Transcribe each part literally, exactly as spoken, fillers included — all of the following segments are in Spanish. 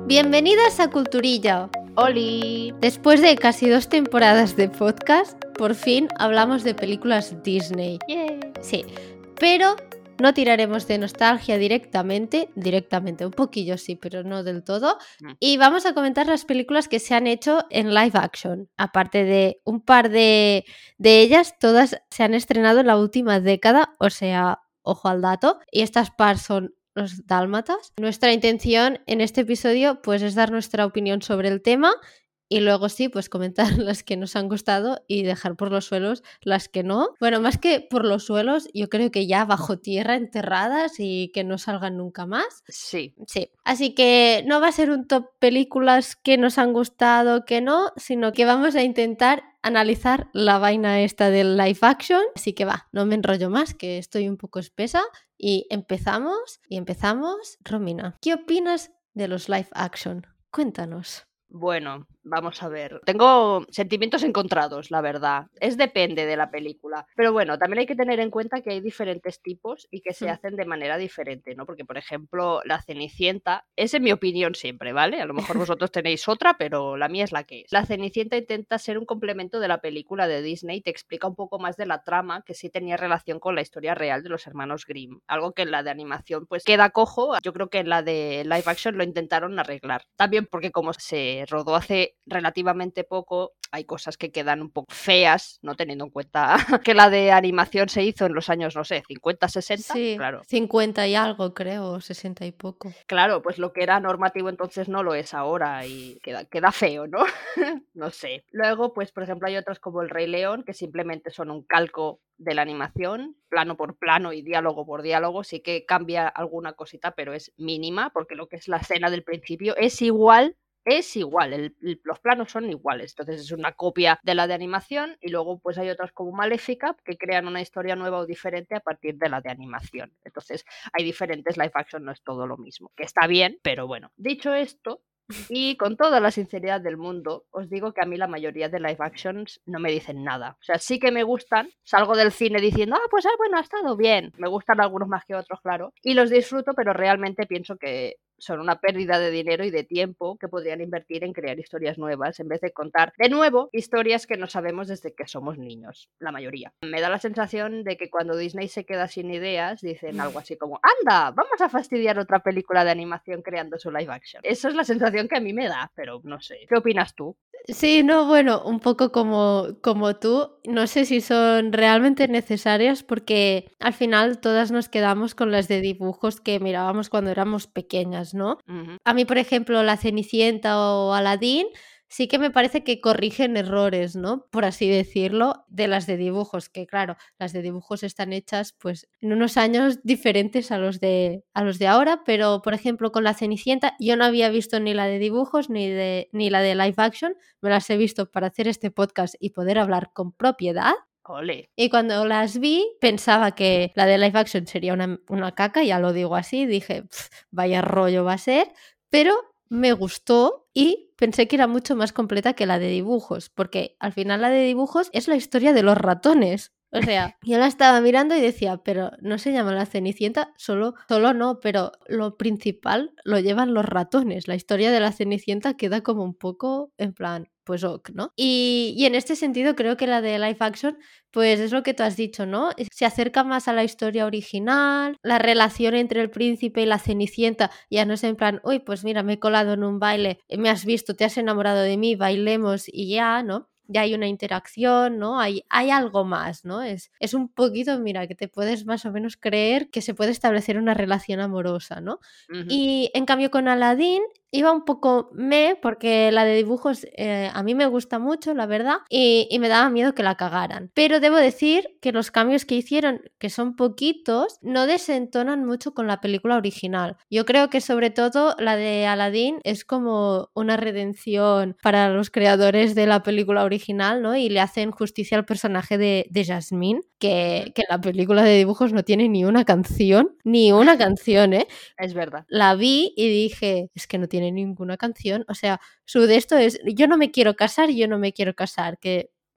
Bienvenidas a Culturilla. ¡Holi! Después de casi dos temporadas de podcast, por fin hablamos de películas Disney. Yeah. Sí, pero no tiraremos de nostalgia directamente, directamente, un poquillo sí, pero no del todo. Mm. Y vamos a comentar las películas que se han hecho en live action. Aparte de un par de, de ellas, todas se han estrenado en la última década, o sea, ojo al dato. Y estas par son los dálmatas. Nuestra intención en este episodio pues es dar nuestra opinión sobre el tema y luego sí, pues comentar las que nos han gustado y dejar por los suelos las que no. Bueno, más que por los suelos, yo creo que ya bajo tierra, enterradas y que no salgan nunca más. Sí. Sí. Así que no va a ser un top películas que nos han gustado, que no, sino que vamos a intentar analizar la vaina esta del live action. Así que va, no me enrollo más, que estoy un poco espesa. Y empezamos, y empezamos. Romina, ¿qué opinas de los live action? Cuéntanos. Bueno, vamos a ver. Tengo sentimientos encontrados, la verdad. Es depende de la película. Pero bueno, también hay que tener en cuenta que hay diferentes tipos y que se Mm. hacen de manera diferente, ¿no? Porque, por ejemplo, la Cenicienta, es en mi opinión siempre, ¿vale? A lo mejor vosotros tenéis otra, pero la mía es la que es. La Cenicienta intenta ser un complemento de la película de Disney, te explica un poco más de la trama que sí tenía relación con la historia real de los hermanos Grimm. Algo que en la de animación pues queda cojo. Yo creo que en la de live action lo intentaron arreglar. También porque como se rodó hace relativamente poco, hay cosas que quedan un poco feas, no teniendo en cuenta que la de animación se hizo en los años, no sé, cincuenta, sesenta. Sí, claro. cincuenta y algo creo, sesenta y poco. Claro, pues lo que era normativo entonces no lo es ahora y queda, queda feo, ¿no? No sé. Luego, pues por ejemplo hay otras como El Rey León, que simplemente son un calco de la animación, plano por plano y diálogo por diálogo. Sí que cambia alguna cosita, pero es mínima, porque lo que es la escena del principio es igual. Es igual, el, el, los planos son iguales, entonces es una copia de la de animación y luego pues hay otras como Maléfica que crean una historia nueva o diferente a partir de la de animación. Entonces hay diferentes live action, no es todo lo mismo, que está bien, pero bueno. Dicho esto, y con toda la sinceridad del mundo, os digo que a mí la mayoría de live actions no me dicen nada. O sea, sí que me gustan, salgo del cine diciendo, ah, pues ah, bueno, ha estado bien. Me gustan algunos más que otros, claro, y los disfruto, pero realmente pienso que son una pérdida de dinero y de tiempo que podrían invertir en crear historias nuevas en vez de contar de nuevo historias que no sabemos desde que somos niños, la mayoría. Me da la sensación de que cuando Disney se queda sin ideas dicen algo así como, anda, vamos a fastidiar otra película de animación creando su live action. Eso es la sensación que a mí me da, pero no sé. ¿Qué opinas tú? Sí, no, bueno, un poco como, como tú. No sé si son realmente necesarias porque al final todas nos quedamos con las de dibujos que mirábamos cuando éramos pequeñas, ¿no? Uh-huh. A mí, por ejemplo, La Cenicienta o Aladín sí que me parece que corrigen errores, ¿no? Por así decirlo, de las de dibujos, que claro, las de dibujos están hechas pues en unos años diferentes a los de, a los de ahora, pero por ejemplo con La Cenicienta yo no había visto ni la de dibujos ni, de, ni la de live action, me las he visto para hacer este podcast y poder hablar con propiedad. Ole. Y cuando las vi pensaba que la de live action sería una, una caca, ya lo digo así, dije, vaya rollo va a ser, pero me gustó y pensé que era mucho más completa que la de dibujos, porque al final la de dibujos es la historia de los ratones. O sea, yo la estaba mirando y decía, pero no se llama La Cenicienta, solo, solo no, pero lo principal lo llevan los ratones. La historia de La Cenicienta queda como un poco en plan, pues ok, ¿no? Y, y en este sentido creo que la de live action, pues es lo que tú has dicho, ¿no? Se acerca más a la historia original, la relación entre el príncipe y la Cenicienta, ya no es en plan, uy, pues mira, me he colado en un baile, me has visto, te has enamorado de mí, bailemos y ya, ¿no? Ya hay una interacción, ¿no? Hay, hay algo más, ¿no? Es, es un poquito, mira, que te puedes más o menos creer que se puede establecer una relación amorosa, ¿no? Uh-huh. Y en cambio con Aladín iba un poco me, porque la de dibujos eh, a mí me gusta mucho, la verdad, y, y me daba miedo que la cagaran. Pero debo decir que los cambios que hicieron, que son poquitos, no desentonan mucho con la película original. Yo creo que sobre todo la de Aladín es como una redención para los creadores de la película original, ¿no? Y le hacen justicia al personaje de, de Jasmine, que, que la película de dibujos no tiene ni una canción, ni una canción, ¿eh? Es verdad. La vi y dije, es que no tiene ninguna canción, o sea, su de esto es, yo no me quiero casar y yo no me quiero casar, que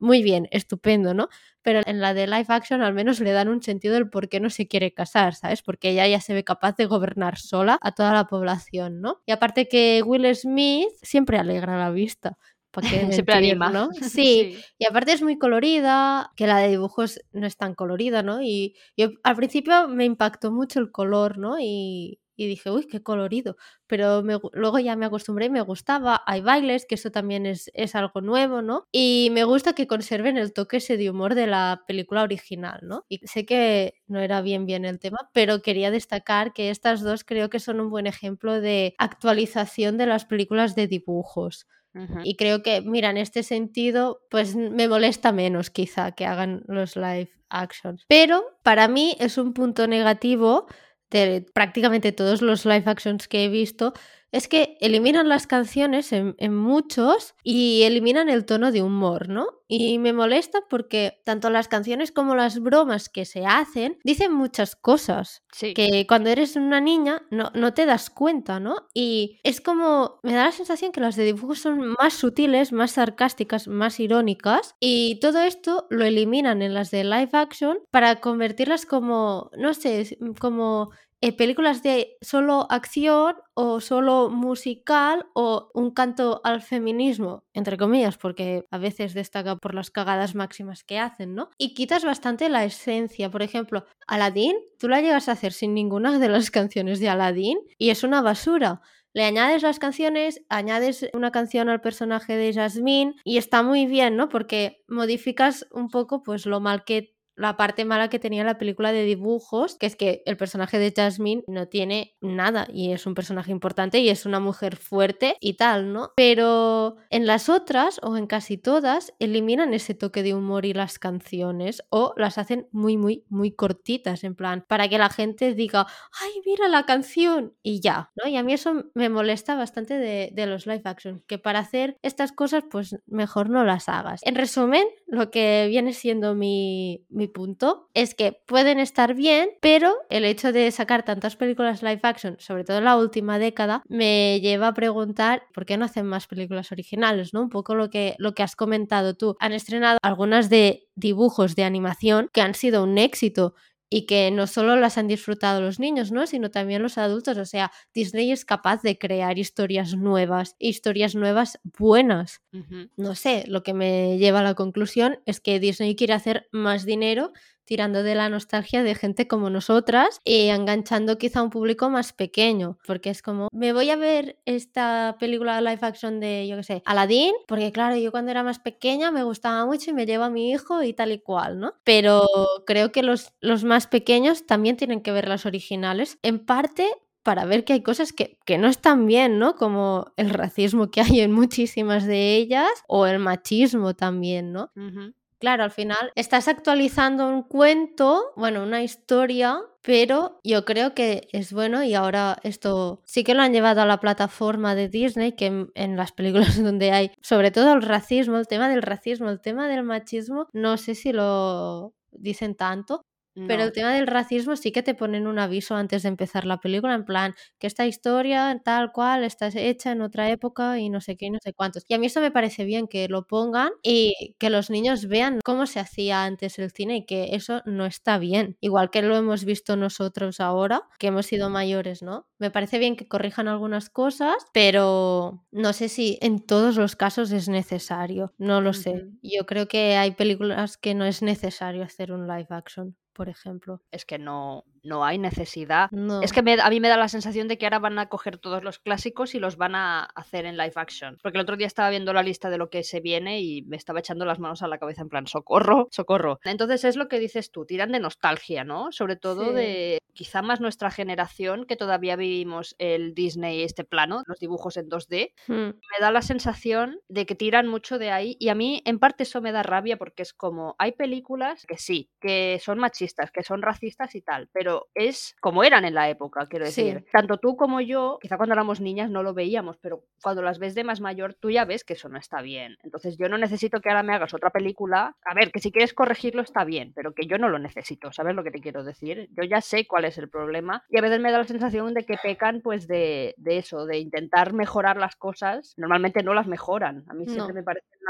muy bien, estupendo, ¿no? Pero en la de live action al menos le dan un sentido del por qué no se quiere casar, ¿sabes? Porque ella ya se ve capaz de gobernar sola a toda la población, ¿no? Y aparte que Will Smith siempre alegra la vista. ¿Para qué mentir, Siempre anima. ¿no? Sí. Sí. Y aparte es muy colorida, que la de dibujos no es tan colorida, ¿no? Y yo al principio me impactó mucho el color, ¿no? Y, y dije, uy, qué colorido. Pero me, luego ya me acostumbré y me gustaba. Hay bailes, que eso también es, es algo nuevo, ¿no? Y me gusta que conserven el toque ese de humor de la película original, ¿no? Y sé que no era bien bien el tema, pero quería destacar que estas dos creo que son un buen ejemplo de actualización de las películas de dibujos. Ujú. Y creo que, mira, en este sentido, pues me molesta menos quizá que hagan los live actions. Pero para mí es un punto negativo de prácticamente todos los live actions que he visto, es que eliminan las canciones en, en muchos y eliminan el tono de humor, ¿no? Y me molesta porque tanto las canciones como las bromas que se hacen dicen muchas cosas. Sí. Que cuando eres una niña no, no te das cuenta, ¿no? Y es como, me da la sensación que las de dibujos son más sutiles, más sarcásticas, más irónicas, y todo esto lo eliminan en las de live action para convertirlas como, no sé, como eh, películas de solo acción o solo musical o un canto al feminismo, entre comillas, porque a veces destaca por las cagadas máximas que hacen, ¿no? Y quitas bastante la esencia. Por ejemplo, Aladdin, tú la llegas a hacer sin ninguna de las canciones de Aladdin y es una basura. Le añades las canciones, añades una canción al personaje de Jasmine y está muy bien, ¿no? Porque modificas un poco pues lo mal que la parte mala que tenía la película de dibujos, que es que el personaje de Jasmine no tiene nada y es un personaje importante y es una mujer fuerte y tal, ¿no? Pero en las otras, o en casi todas, eliminan ese toque de humor y las canciones o las hacen muy, muy, muy cortitas, en plan, para que la gente diga, ¡ay, mira la canción! Y ya, ¿no? Y a mí eso me molesta bastante de, de los live action, que para hacer estas cosas, pues mejor no las hagas. En resumen, lo que viene siendo mi, mi punto es que pueden estar bien, pero el hecho de sacar tantas películas live action, sobre todo en la última década, me lleva a preguntar por qué no hacen más películas originales, ¿no? Un poco lo que, lo que has comentado tú. Han estrenado algunas de dibujos de animación que han sido un éxito y que no solo las han disfrutado los niños, ¿no? Sino también los adultos. O sea, Disney es capaz de crear historias nuevas, historias nuevas buenas. Uh-huh. No sé, lo que me lleva a la conclusión es que Disney quiere hacer más dinero tirando de la nostalgia de gente como nosotras y enganchando quizá a un público más pequeño, porque es como, me voy a ver esta película live action de, yo qué sé, Aladdin, porque claro, yo cuando era más pequeña me gustaba mucho y me llevo a mi hijo y tal y cual, ¿no? Pero creo que los, los más pequeños también tienen que ver las originales, en parte para ver que hay cosas que, que no están bien, ¿no? Como el racismo que hay en muchísimas de ellas o el machismo también, ¿no? Uh-huh. Claro, al final estás actualizando un cuento, bueno, una historia, pero yo creo que es bueno y ahora esto sí que lo han llevado a la plataforma de Disney, que en, en las películas donde hay sobre todo el racismo, el tema del racismo, el tema del machismo, no sé si lo dicen tanto. Pero No. el tema del racismo sí que te ponen un aviso antes de empezar la película, en plan, que esta historia tal cual está hecha en otra época y no sé qué y no sé cuántos. Y a mí eso me parece bien que lo pongan y que los niños vean cómo se hacía antes el cine y que eso no está bien. Igual que lo hemos visto nosotros ahora, que hemos sido mayores, ¿no? Me parece bien que corrijan algunas cosas, pero no sé si en todos los casos es necesario. No lo sé. Uh-huh. Yo creo que hay películas que no es necesario hacer un live action, por ejemplo. Es que no, no hay necesidad. No. Es que me, a mí me da la sensación de que ahora van a coger todos los clásicos y los van a hacer en live action. Porque el otro día estaba viendo la lista de lo que se viene y me estaba echando las manos a la cabeza en plan, socorro, socorro. Entonces es lo que dices tú, tiran de nostalgia, ¿no? Sobre todo Sí. de quizá más nuestra generación que todavía vivimos el Disney este plano, los dibujos en dos D. Hmm. Me da la sensación de que tiran mucho de ahí y a mí en parte eso me da rabia porque es como, hay películas que sí, que son machistas, que son racistas y tal, pero es como eran en la época, quiero decir. Sí. Tanto tú como yo, quizá cuando éramos niñas no lo veíamos, pero cuando las ves de más mayor, tú ya ves que eso no está bien. Entonces yo no necesito que ahora me hagas otra película. A ver, que si quieres corregirlo está bien, pero que yo no lo necesito, ¿sabes lo que te quiero decir? Yo ya sé cuál es el problema y a veces me da la sensación de que pecan pues de, de eso, de intentar mejorar las cosas. Normalmente no las mejoran. A mí siempre No. me parecen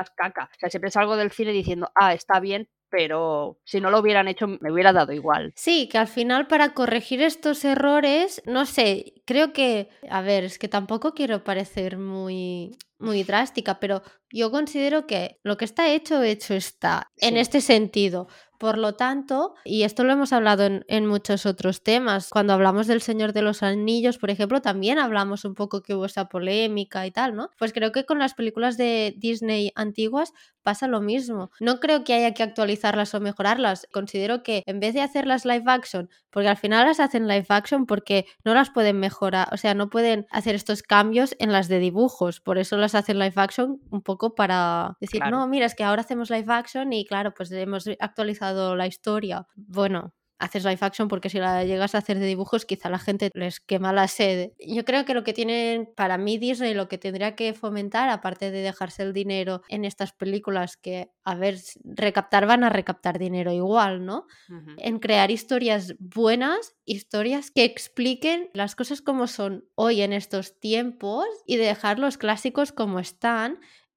más caca. O sea, siempre salgo del cine diciendo, ah, está bien, pero si no lo hubieran hecho me hubiera dado igual. Sí, que al final para corregir estos errores, no sé, creo que, a ver, es que tampoco quiero parecer muy, muy drástica, pero yo considero que lo que está hecho, hecho está, en Sí. este sentido. Por lo tanto, y esto lo hemos hablado en, en muchos otros temas, cuando hablamos del Señor de los Anillos, por ejemplo, también hablamos un poco que hubo esa polémica y tal, ¿no? Pues creo que con las películas de Disney antiguas pasa lo mismo. No creo que haya que actualizarlas o mejorarlas. Considero que en vez de hacerlas live action, porque al final las hacen live action porque no las pueden mejorar, o sea, no pueden hacer estos cambios en las de dibujos, por eso las hacen live action un poco para decir, Claro. no, mira, es que ahora hacemos live action y claro, pues hemos actualizado la historia. Bueno, haces live action porque si la llegas a hacer de dibujos quizá a la gente les quema la sede. Yo creo que lo que tienen, para mí Disney, lo que tendría que fomentar, aparte de dejarse el dinero en estas películas que, a ver, recaptar van a recaptar dinero igual, ¿no? Uh-huh. En crear historias buenas, historias que expliquen las cosas como son hoy en estos tiempos y de dejar los clásicos como están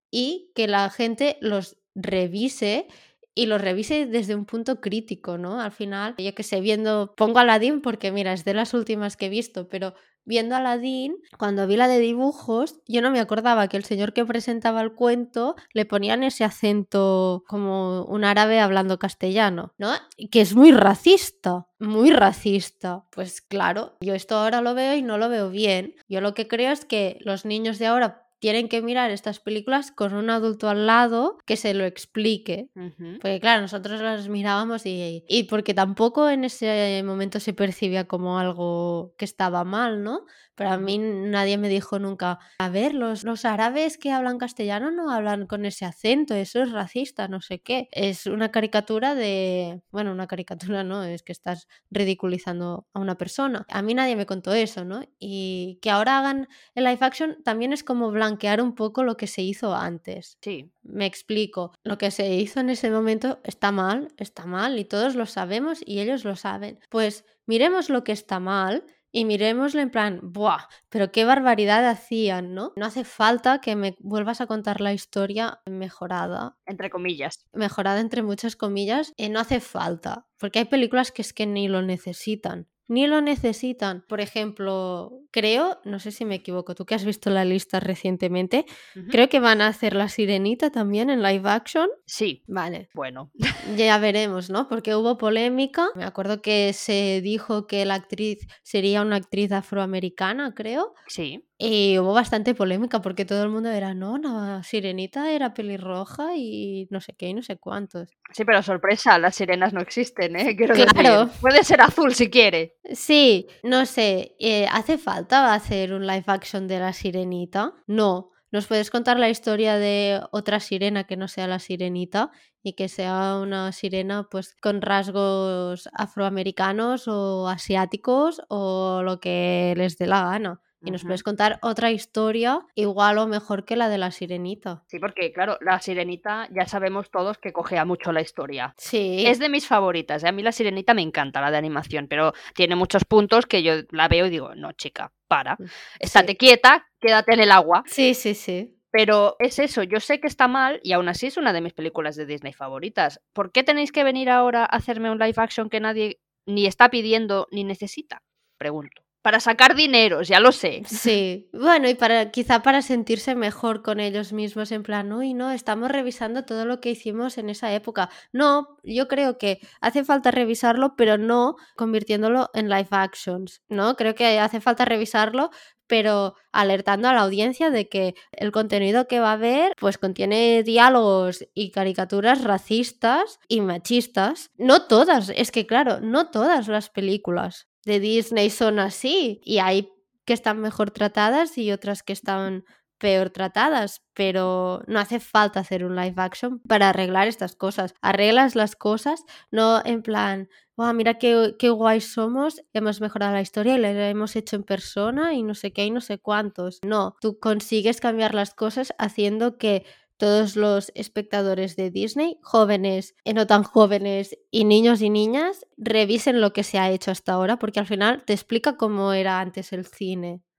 y que la gente los revise y lo revise desde un punto crítico, ¿no? Al final, yo que sé, viendo, pongo Aladdin porque mira, es de las últimas que he visto, pero viendo Aladdin, cuando vi la de dibujos, yo no me acordaba que el señor que presentaba el cuento le ponían ese acento como un árabe hablando castellano, ¿no? Que es muy racista, muy racista. Pues claro, yo esto ahora lo veo y no lo veo bien. Yo lo que creo es que los niños de ahora tienen que mirar estas películas con un adulto al lado que se lo explique. Uh-huh. Porque claro, nosotros las mirábamos y, y porque tampoco en ese momento se percibía como algo que estaba mal, ¿no? Pero a mí nadie me dijo nunca, a ver, los, los árabes que hablan castellano no hablan con ese acento, eso es racista, no sé qué. Es una caricatura de... Bueno, una caricatura no, es que estás ridiculizando a una persona. A mí nadie me contó eso, ¿no? Y que ahora hagan el live action también es como blanquear un poco lo que se hizo antes. Sí. Me explico. Lo que se hizo en ese momento está mal, está mal y todos lo sabemos y ellos lo saben. Pues miremos lo que está mal y miremoslo en plan, ¡buah! Pero qué barbaridad hacían, ¿no? No hace falta que me vuelvas a contar la historia mejorada. Entre comillas. Mejorada entre muchas comillas. Eh, no hace falta. Porque hay películas que es que ni lo necesitan. Ni lo necesitan. Por ejemplo, creo, no sé si me equivoco, tú que has visto la lista recientemente, uh-huh. creo que van a hacer La Sirenita también en live action. Sí. Vale. Bueno. Ya veremos, ¿no? Porque hubo polémica. Me acuerdo que se dijo que la actriz sería una actriz afroamericana, creo. Sí. Y hubo bastante polémica porque todo el mundo era, no, la Sirenita era pelirroja y no sé qué y no sé cuántos. Sí, pero sorpresa, las sirenas no existen, ¿eh? Quiero claro. decir, puede ser azul si quiere. Sí, no sé, eh, ¿hace falta hacer un live action de la Sirenita? No. ¿Nos puedes contar la historia de otra sirena que no sea la Sirenita y que sea una sirena pues con rasgos afroamericanos o asiáticos o lo que les dé la gana? Y nos uh-huh. puedes contar otra historia igual o mejor que la de la Sirenita. Sí, porque claro, la Sirenita ya sabemos todos que cogea mucho la historia. Sí. Es de mis favoritas, ¿eh? A mí la Sirenita me encanta, la de animación, pero tiene muchos puntos que yo la veo y digo, no chica, para, estate sí. quieta, quédate en el agua. Sí, sí, sí. Pero es eso, yo sé que está mal y aún así es una de mis películas de Disney favoritas. ¿Por qué tenéis que venir ahora a hacerme un live action que nadie ni está pidiendo ni necesita? Pregunto. Para sacar dineros, ya lo sé. Sí, bueno, y para quizá para sentirse mejor con ellos mismos, en plan, uy, no, estamos revisando todo lo que hicimos en esa época. No, yo creo que hace falta revisarlo, pero no convirtiéndolo en live actions, ¿no? Creo que hace falta revisarlo, pero alertando a la audiencia de que el contenido que va a haber pues contiene diálogos y caricaturas racistas y machistas. No todas, es que claro, no todas las películas de Disney son así y hay que están mejor tratadas y otras que están peor tratadas, pero no hace falta hacer un live action para arreglar estas cosas. Arreglas las cosas, no en plan, wow, mira qué, qué guays somos, hemos mejorado la historia y la hemos hecho en persona y no sé qué y no sé cuántos. No, tú consigues cambiar las cosas haciendo que todos los espectadores de Disney, jóvenes y no tan jóvenes y niños y niñas, revisen lo que se ha hecho hasta ahora porque al final te explica cómo era antes el cine.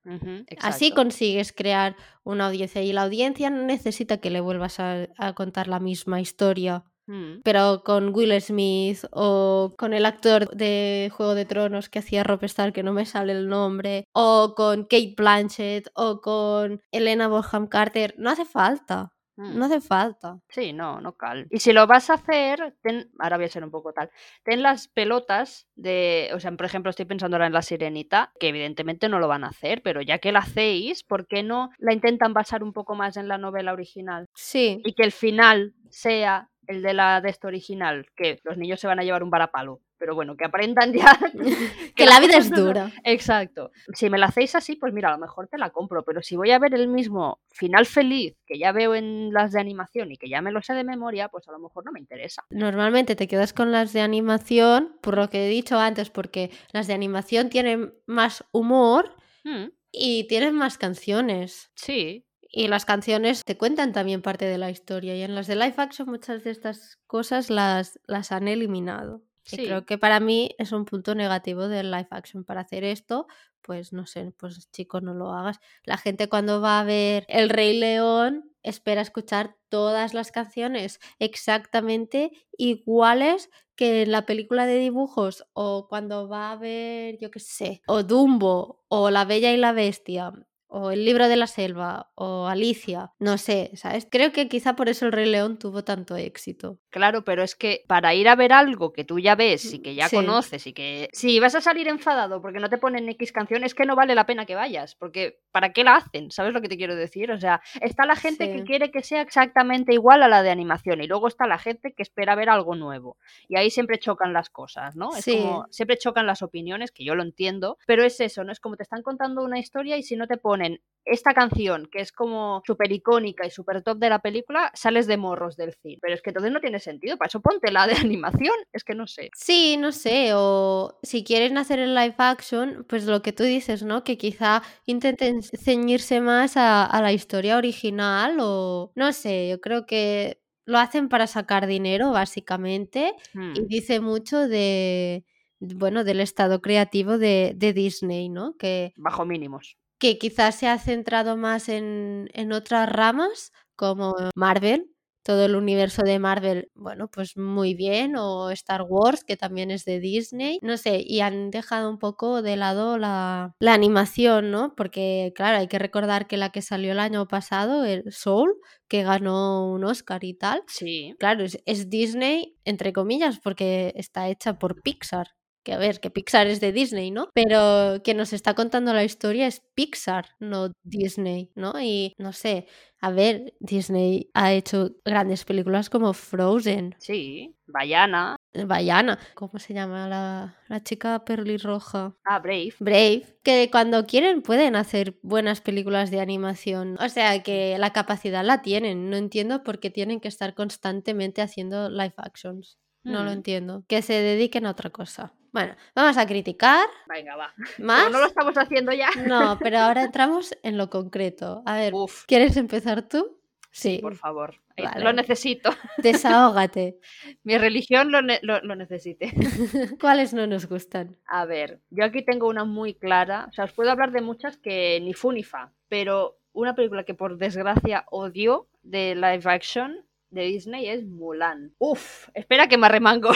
Uh-huh, Así consigues crear una audiencia y la audiencia no necesita que le vuelvas a, a contar la misma historia. Mm. Pero con Will Smith o con el actor de Juego de Tronos que hacía Robb Stark, que no me sale el nombre, o con Kate Blanchett o con Helena Bonham Carter, no hace falta. Mm. No hace falta. Sí, no, no cal. Y si lo vas a hacer, ten, ahora voy a ser un poco tal, ten las pelotas de, o sea, por ejemplo, estoy pensando ahora en La Sirenita, que evidentemente no lo van a hacer, pero ya que la hacéis, ¿por qué no la intentan basar un poco más en la novela original? Sí. Y que el final sea el de la de esta original, que los niños se van a llevar un varapalo. Pero bueno, que aprendan ya que, que la vida es dura. Exacto. Si me la hacéis así, pues mira, a lo mejor te la compro. Pero si voy a ver el mismo final feliz que ya veo en las de animación y que ya me lo sé de memoria, pues a lo mejor no me interesa. Normalmente te quedas con las de animación, por lo que he dicho antes, porque las de animación tienen más humor mm. y tienen más canciones. Sí. Y las canciones te cuentan también parte de la historia. Y en las de live action muchas de estas cosas las, las han eliminado. Sí. Y creo que para mí es un punto negativo del live action. Para hacer esto, pues no sé, pues chico, no lo hagas. La gente cuando va a ver El Rey León espera escuchar todas las canciones exactamente iguales que en la película de dibujos, o cuando va a ver, yo qué sé, o Dumbo, o La Bella y la Bestia, o El Libro de la Selva, o Alicia, no sé, ¿sabes? Creo que quizá por eso El Rey León tuvo tanto éxito. Claro, pero es que para ir a ver algo que tú ya ves y que ya sí. conoces y que si vas a salir enfadado porque no te ponen X canción, es que no vale la pena que vayas, porque ¿para qué la hacen? ¿Sabes lo que te quiero decir? O sea, está la gente sí. que quiere que sea exactamente igual a la de animación y luego está la gente que espera ver algo nuevo. Y ahí siempre chocan las cosas, ¿no? Sí. Es como, siempre chocan las opiniones, que yo lo entiendo, pero es eso, ¿no? Es como te están contando una historia y si no te ponen esta canción, que es como súper icónica y súper top de la película, sales de morros del cine. Pero es que entonces no tiene sentido, para eso ponte la de animación, es que no sé. Sí, no sé, o si quieren hacer el live action, pues lo que tú dices, ¿no? Que quizá intenten ceñirse más a, a la historia original o no sé, yo creo que lo hacen para sacar dinero, básicamente, Hmm. y dice mucho de, bueno, del estado creativo de, de Disney, ¿no? Que, bajo mínimos. Que quizás se ha centrado más en, en otras ramas, como Marvel, todo el universo de Marvel, bueno, pues muy bien, o Star Wars, que también es de Disney, no sé, y han dejado un poco de lado la, la animación, ¿no? Porque, claro, hay que recordar que la que salió el año pasado, el Soul, que ganó un Oscar y tal, sí. Claro, es, es Disney, entre comillas, porque está hecha por Pixar. Que a ver, que Pixar es de Disney, ¿no? Pero quien nos está contando la historia es Pixar, no Disney, ¿no? Y no sé, a ver, Disney ha hecho grandes películas como Frozen. Sí, Vaiana. Vaiana, ¿cómo se llama la, la chica pelirroja? Ah, Brave. Brave, que cuando quieren pueden hacer buenas películas de animación. O sea, que la capacidad la tienen. No entiendo por qué tienen que estar constantemente haciendo live actions. No Mm. lo entiendo. Que se dediquen a otra cosa. Bueno, vamos a criticar. Venga, va. ¿Más? Como no lo estamos haciendo ya. No, pero ahora entramos en lo concreto. A ver, Uf. ¿quieres empezar tú? Sí, por favor. Vale. Lo necesito. Desahógate. Mi religión lo, ne lo, lo necesite. ¿Cuáles no nos gustan? A ver, yo aquí tengo una muy clara. O sea, os puedo hablar de muchas que ni fu ni fa, pero una película que por desgracia odio de live action de Disney es Mulan. Uf, espera que me arremango.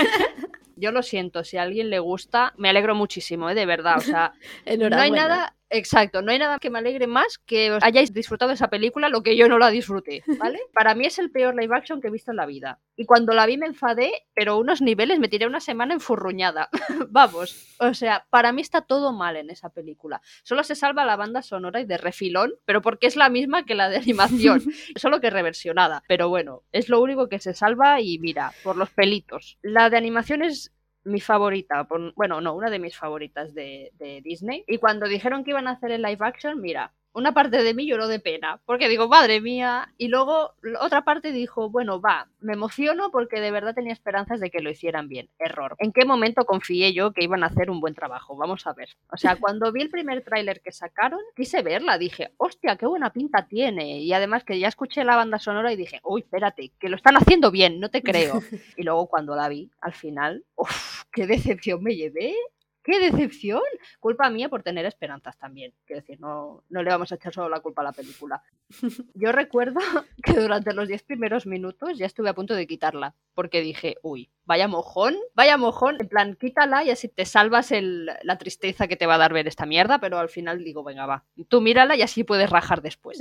Yo lo siento, si a alguien le gusta, me alegro muchísimo, ¿eh? De verdad, o sea, no hay nada, exacto, no hay nada que me alegre más que os hayáis disfrutado esa película lo que yo no la disfruté, ¿vale? Para mí es el peor live action que he visto en la vida. Y cuando la vi me enfadé, pero unos niveles, me tiré una semana enfurruñada. Vamos, o sea, para mí está todo mal en esa película. Solo se salva la banda sonora y de refilón, pero porque es la misma que la de animación, solo que reversionada. Pero bueno, es lo único que se salva y mira, por los pelitos. La de animación es mi favorita, por, bueno, no, una de mis favoritas de, de Disney. Y cuando dijeron que iban a hacer el live action, mira, una parte de mí lloró de pena, porque digo, madre mía, y luego otra parte dijo, bueno, va, me emociono porque de verdad tenía esperanzas de que lo hicieran bien. Error. ¿En qué momento confié yo que iban a hacer un buen trabajo? Vamos a ver. O sea, cuando vi el primer tráiler que sacaron, quise verla, dije, hostia, qué buena pinta tiene, y además que ya escuché la banda sonora y dije, uy, espérate, que lo están haciendo bien, no te creo. Y luego cuando la vi, al final, uff, qué decepción me llevé. ¡Qué decepción! Culpa mía por tener esperanzas también. Quiero decir, no, no le vamos a echar solo la culpa a la película. Yo recuerdo que durante los diez primeros minutos ya estuve a punto de quitarla, porque dije, uy, vaya mojón, vaya mojón, en plan, quítala y así te salvas el, la tristeza que te va a dar ver esta mierda, pero al final digo, venga, va, tú mírala y así puedes rajar después.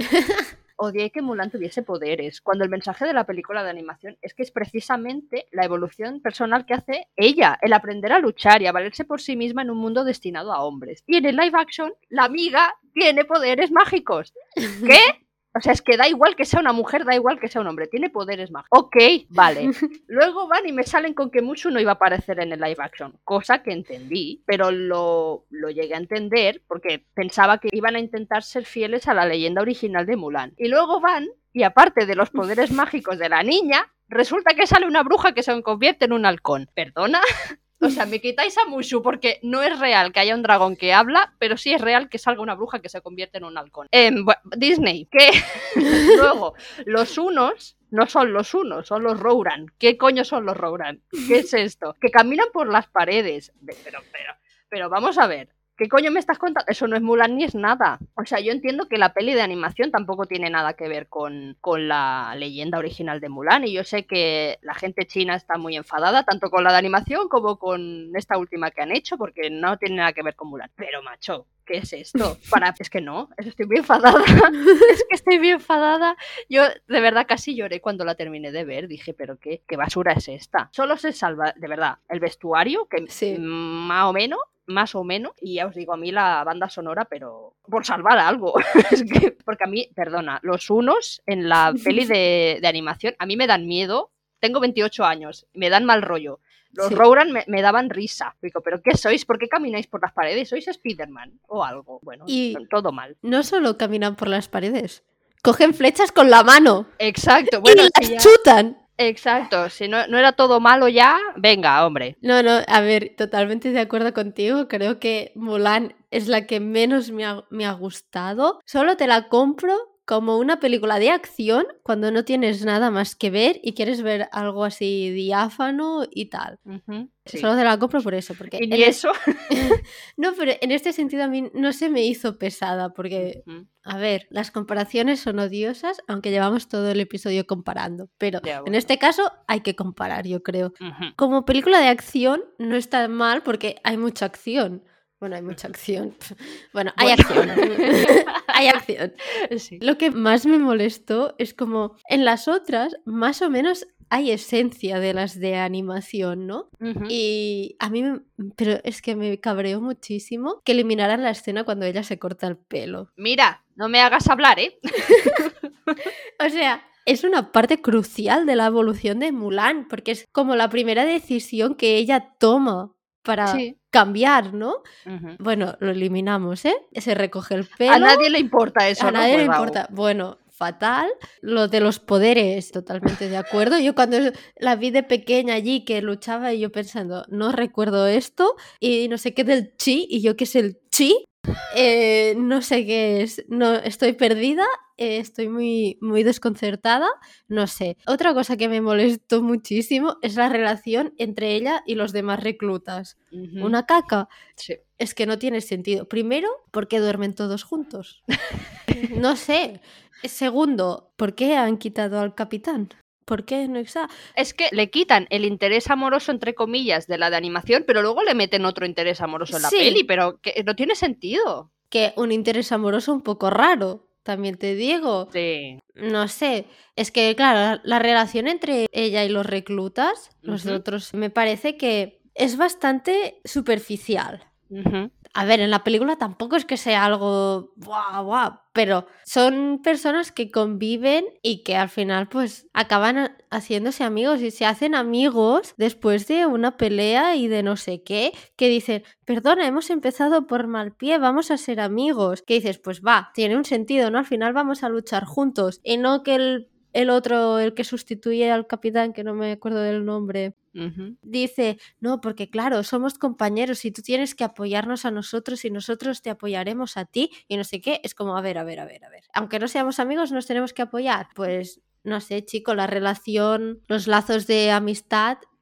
Odié que Mulan tuviese poderes, cuando el mensaje de la película de animación es que es precisamente la evolución personal que hace ella, el aprender a luchar y a valerse por sí misma en un mundo destinado a hombres. Y en el live action, la amiga tiene poderes mágicos. ¿Qué? O sea, es que da igual que sea una mujer, da igual que sea un hombre, tiene poderes mágicos. Ok, vale. Luego van y me salen con que Mushu no iba a aparecer en el live action, cosa que entendí, pero lo, lo llegué a entender porque pensaba que iban a intentar ser fieles a la leyenda original de Mulan. Y luego van, y aparte de los poderes mágicos de la niña, resulta que sale una bruja que se convierte en un halcón. ¿Perdona? O sea, me quitáis a Mushu porque no es real que haya un dragón que habla, pero sí es real que salga una bruja que se convierte en un halcón. Eh, Disney, ¿qué? Luego, los unos no son los unos, son los Rouran. ¿Qué coño son los Rouran? ¿Qué es esto? Que caminan por las paredes. Pero, pero, pero vamos a ver. ¿Qué coño me estás contando? Eso no es Mulan ni es nada. O sea, yo entiendo que la peli de animación tampoco tiene nada que ver con, con la leyenda original de Mulan, y yo sé que la gente china está muy enfadada, tanto con la de animación como con esta última que han hecho, porque no tiene nada que ver con Mulan. Pero, macho, ¿qué es esto? Para... Es que no, estoy bien enfadada. Es que estoy bien enfadada. Yo de verdad casi lloré cuando la terminé de ver. Dije, pero qué, qué basura es esta. Solo se salva, de verdad, el vestuario, que sí. más o menos, más o menos, y ya os digo, a mí la banda sonora, pero por salvar algo. Es que, porque a mí, perdona, los unos en la peli de, de animación, a mí me dan miedo. Tengo veintiocho años, me dan mal rollo. Los sí. Rouran me, me daban risa. Digo, ¿pero qué sois? ¿Por qué camináis por las paredes? ¿Sois Spider-Man o algo? Bueno, y todo mal. No solo caminan por las paredes, cogen flechas con la mano. Exacto. Bueno, y si las ya... chutan. Exacto, si no, no era todo malo ya, venga, hombre. No, no, a ver, totalmente de acuerdo contigo. Creo que Mulan es la que menos me ha, me ha gustado. Solo te la compro como una película de acción cuando no tienes nada más que ver y quieres ver algo así diáfano y tal. Uh-huh, sí. Solo te la compro por eso. Porque ¿Y ni eso? Es... No, pero en este sentido a mí no se me hizo pesada porque, uh-huh. a ver, las comparaciones son odiosas, aunque llevamos todo el episodio comparando. Pero yeah, bueno. En este caso hay que comparar, yo creo. Uh-huh. Como película de acción no está mal porque hay mucha acción. Bueno, hay mucha acción. Bueno, hay bueno. acción. Hay acción. Sí. Lo que más me molestó es como en las otras, más o menos hay esencia de las de animación, ¿no? Uh-huh. Y a mí, me... pero es que me cabreó muchísimo que eliminaran la escena cuando ella se corta el pelo. Mira, no me hagas hablar, ¿eh? O sea... Es una parte crucial de la evolución de Mulan, porque es como la primera decisión que ella toma para sí. cambiar, ¿no? Uh-huh. Bueno, lo eliminamos, ¿eh? Se recoge el pelo. A nadie le importa eso, A ¿no? nadie Pues le importa. Bueno, fatal. Lo de los poderes, totalmente de acuerdo. Yo cuando la vi de pequeña allí que luchaba y yo pensando, no recuerdo esto, y no sé qué del chi, y yo qué es el chi. Eh, no sé qué es, no, estoy perdida, eh, estoy muy, muy desconcertada, no sé. Otra cosa que me molestó muchísimo es la relación entre ella y los demás reclutas. Uh-huh. Una caca. Sí. Es que no tiene sentido. Primero, ¿por qué duermen todos juntos? No sé. Segundo, ¿por qué han quitado al capitán? ¿Por qué no está? Es que le quitan el interés amoroso, entre comillas, de la de animación, pero luego le meten otro interés amoroso en la sí. peli, pero que no tiene sentido. Que un interés amoroso un poco raro, también te digo. Sí. No sé, es que claro, la, la relación entre ella y los reclutas, uh-huh. los otros, me parece que es bastante superficial. Uh-huh. A ver, en la película tampoco es que sea algo guau, guau, pero son personas que conviven y que al final pues acaban haciéndose amigos y se hacen amigos después de una pelea y de no sé qué, que dicen, perdona, hemos empezado por mal pie, vamos a ser amigos. Que dices, pues va, tiene un sentido, ¿no? Al final vamos a luchar juntos y no que el El otro, el que sustituye al capitán, que no me acuerdo del nombre, uh-huh. dice, no, porque claro, somos compañeros y tú tienes que apoyarnos a nosotros y nosotros te apoyaremos a ti y no sé qué. Es como, a ver, a ver, a ver, a ver. Aunque no seamos amigos, nos tenemos que apoyar. Pues, no sé, chico, la relación, los lazos de amistad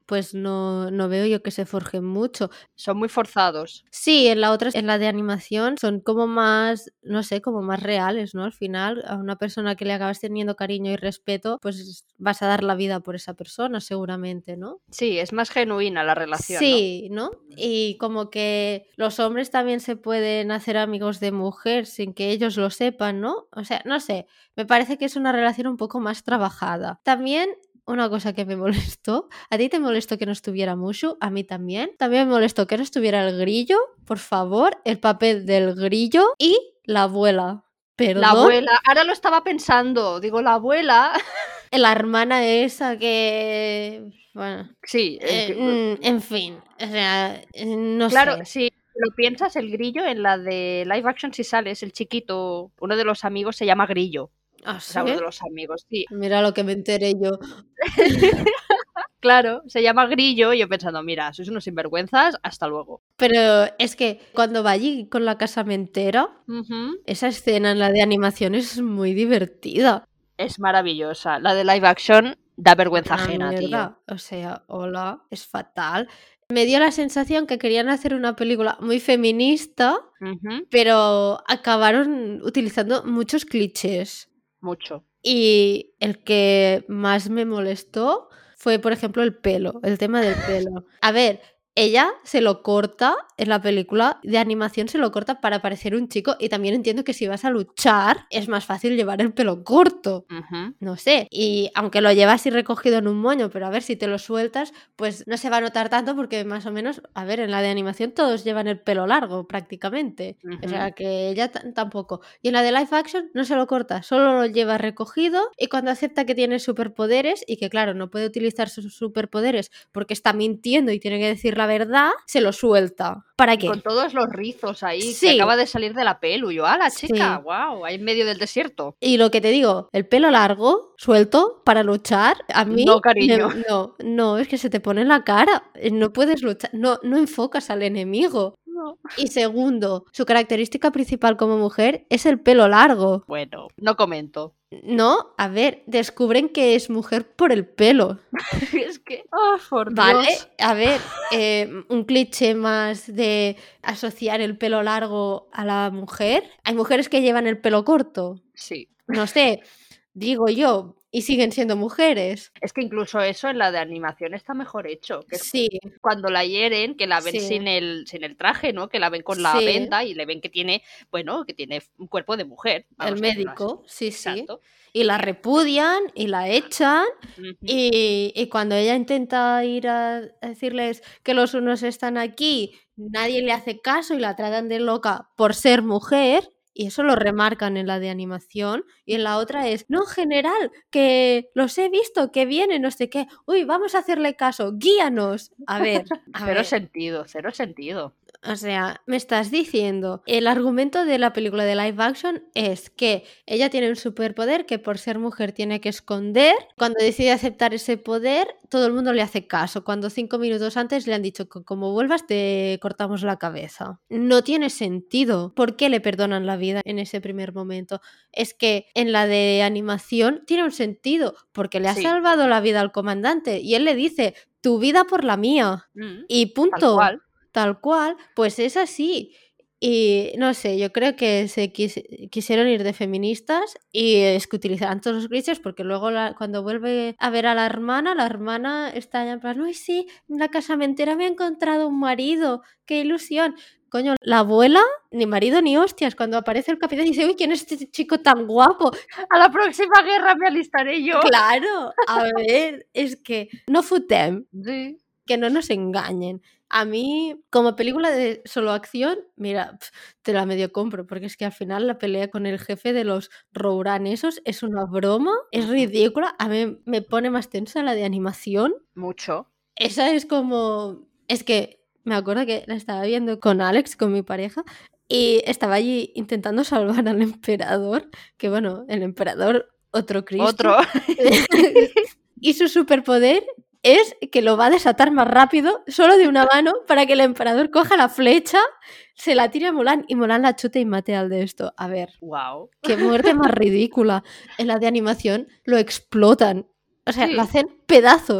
pues no, no veo yo que se forjen mucho. Son muy forzados. Sí, en la otra, en la de animación, son como más, no sé, como más reales, ¿no? Al final, a una persona que le acabas teniendo cariño y respeto, pues vas a dar la vida por esa persona, seguramente, ¿no? Sí, es más genuina la relación, sí, ¿no? ¿no? Y como que los hombres también se pueden hacer amigos de mujer sin que ellos lo sepan, ¿no? O sea, no sé, me parece que es una relación un poco más trabajada. También una cosa que me molestó, a ti te molestó que no estuviera Mushu, a mí también. También me molestó que no estuviera el grillo, por favor, el papel del grillo y la abuela. Perdón. La abuela, ahora lo estaba pensando, digo, la abuela... La hermana esa que... Bueno, sí. Eh, que... en fin, o sea, no claro, sé. Claro, si lo piensas, el grillo en la de live action si sale, es el chiquito, uno de los amigos se llama Grillo. ¿Ah, sí? O sea, uno de los amigos, sí. Mira lo que me enteré yo. Claro, se llama Grillo y yo pensando, mira, sois unos sinvergüenzas, hasta luego. Pero es que cuando va allí con la casamentera, uh-huh. esa escena en la de animación es muy divertida. Es maravillosa. La de live action da vergüenza Una ajena, mierda. tío. O sea, hola, es fatal. Me dio la sensación que querían hacer una película muy feminista, uh-huh. pero acabaron utilizando muchos clichés. Mucho. Y el que más me molestó fue, por ejemplo, el pelo, el tema del pelo. A ver, ella se lo corta en la película de animación, se lo corta para parecer un chico, y también entiendo que si vas a luchar es más fácil llevar el pelo corto. Uh-huh. No sé, y aunque lo llevas así recogido en un moño, pero a ver, si te lo sueltas, pues no se va a notar tanto porque más o menos, a ver, en la de animación todos llevan el pelo largo prácticamente. Uh-huh. O sea, que ella t- tampoco. Y en la de live action no se lo corta, solo lo lleva recogido, y cuando acepta que tiene superpoderes y que claro, no puede utilizar sus superpoderes porque está mintiendo y tiene que decir la verdad, se lo suelta. ¿Para qué? Con todos los rizos ahí, sí. que acaba de salir de la pelu. Yo, ¡ah, la chica! Sí. ¡Wow! Ahí en medio del desierto. Y lo que te digo, el pelo largo, suelto, para luchar, a mí... No, cariño. Me, no, no, es que se te pone en la cara. No puedes luchar, no, no enfocas al enemigo. No. Y segundo, su característica principal como mujer es el pelo largo. Bueno, no comento. No, a ver, descubren que es mujer por el pelo. Es que, oh, por vale, Dios. A ver, eh, un cliché más de asociar el pelo largo a la mujer. Hay mujeres que llevan el pelo corto. Sí. No sé, digo yo, y siguen siendo mujeres. Es que incluso eso en la de animación está mejor hecho. Que sí. Cuando la hieren, que la ven sí. sin, el, sin el traje, ¿no? Que la ven con la sí. venda y le ven que tiene, bueno, que tiene un cuerpo de mujer. El médico, sí, sí. Exacto. Y la repudian y la echan. Uh-huh. y, y cuando ella intenta ir a decirles que los unos están aquí, nadie le hace caso y la tratan de loca por ser mujer. Y eso lo remarcan en la de animación. Y en la otra es, no, general, que los he visto, que vienen, no sé qué. Uy, vamos a hacerle caso, guíanos. A ver, a Cero ver. sentido, cero sentido. O sea, me estás diciendo, el argumento de la película de live action es que ella tiene un superpoder que por ser mujer tiene que esconder. Cuando decide aceptar ese poder, todo el mundo le hace caso. Cuando cinco minutos antes le han dicho que como vuelvas te cortamos la cabeza. No tiene sentido. ¿Por qué le perdonan la vida en ese primer momento? Es que en la de animación tiene un sentido, porque le ha Sí. salvado la vida al comandante y él le dice, tu vida por la mía. Mm, y punto. Tal cual. Tal cual, pues es así. Y no sé, yo creo que se quis quisieron ir de feministas y es que utilizarán todos los clichés porque luego la, cuando vuelve a ver a la hermana, la hermana está en plan, ¡ay sí! En la casamentera me ha encontrado un marido, ¡qué ilusión! Coño, la abuela, ni marido ni hostias. Cuando aparece el capitán y dice, uy, ¿quién es este chico tan guapo? A la próxima guerra me alistaré yo. Claro, a ver, es que no futem. Sí. Que no nos engañen. A mí, como película de solo acción, mira, pf, te la medio compro, porque es que al final la pelea con el jefe de los Rouran esos es una broma, es ridícula. A mí me pone más tensa la de animación. Mucho. Esa es como... Es que me acuerdo que la estaba viendo con Alex, con mi pareja, y estaba allí intentando salvar al emperador, que bueno, el emperador, otro Cristo. Otro. Y su superpoder es que lo va a desatar más rápido, solo de una mano, para que el emperador coja la flecha, se la tire a Mulan y Mulan la chute y mate al de esto. A ver, wow. Qué muerte más ridícula. En la de animación lo explotan, o sea, Sí. lo hacen pedazos.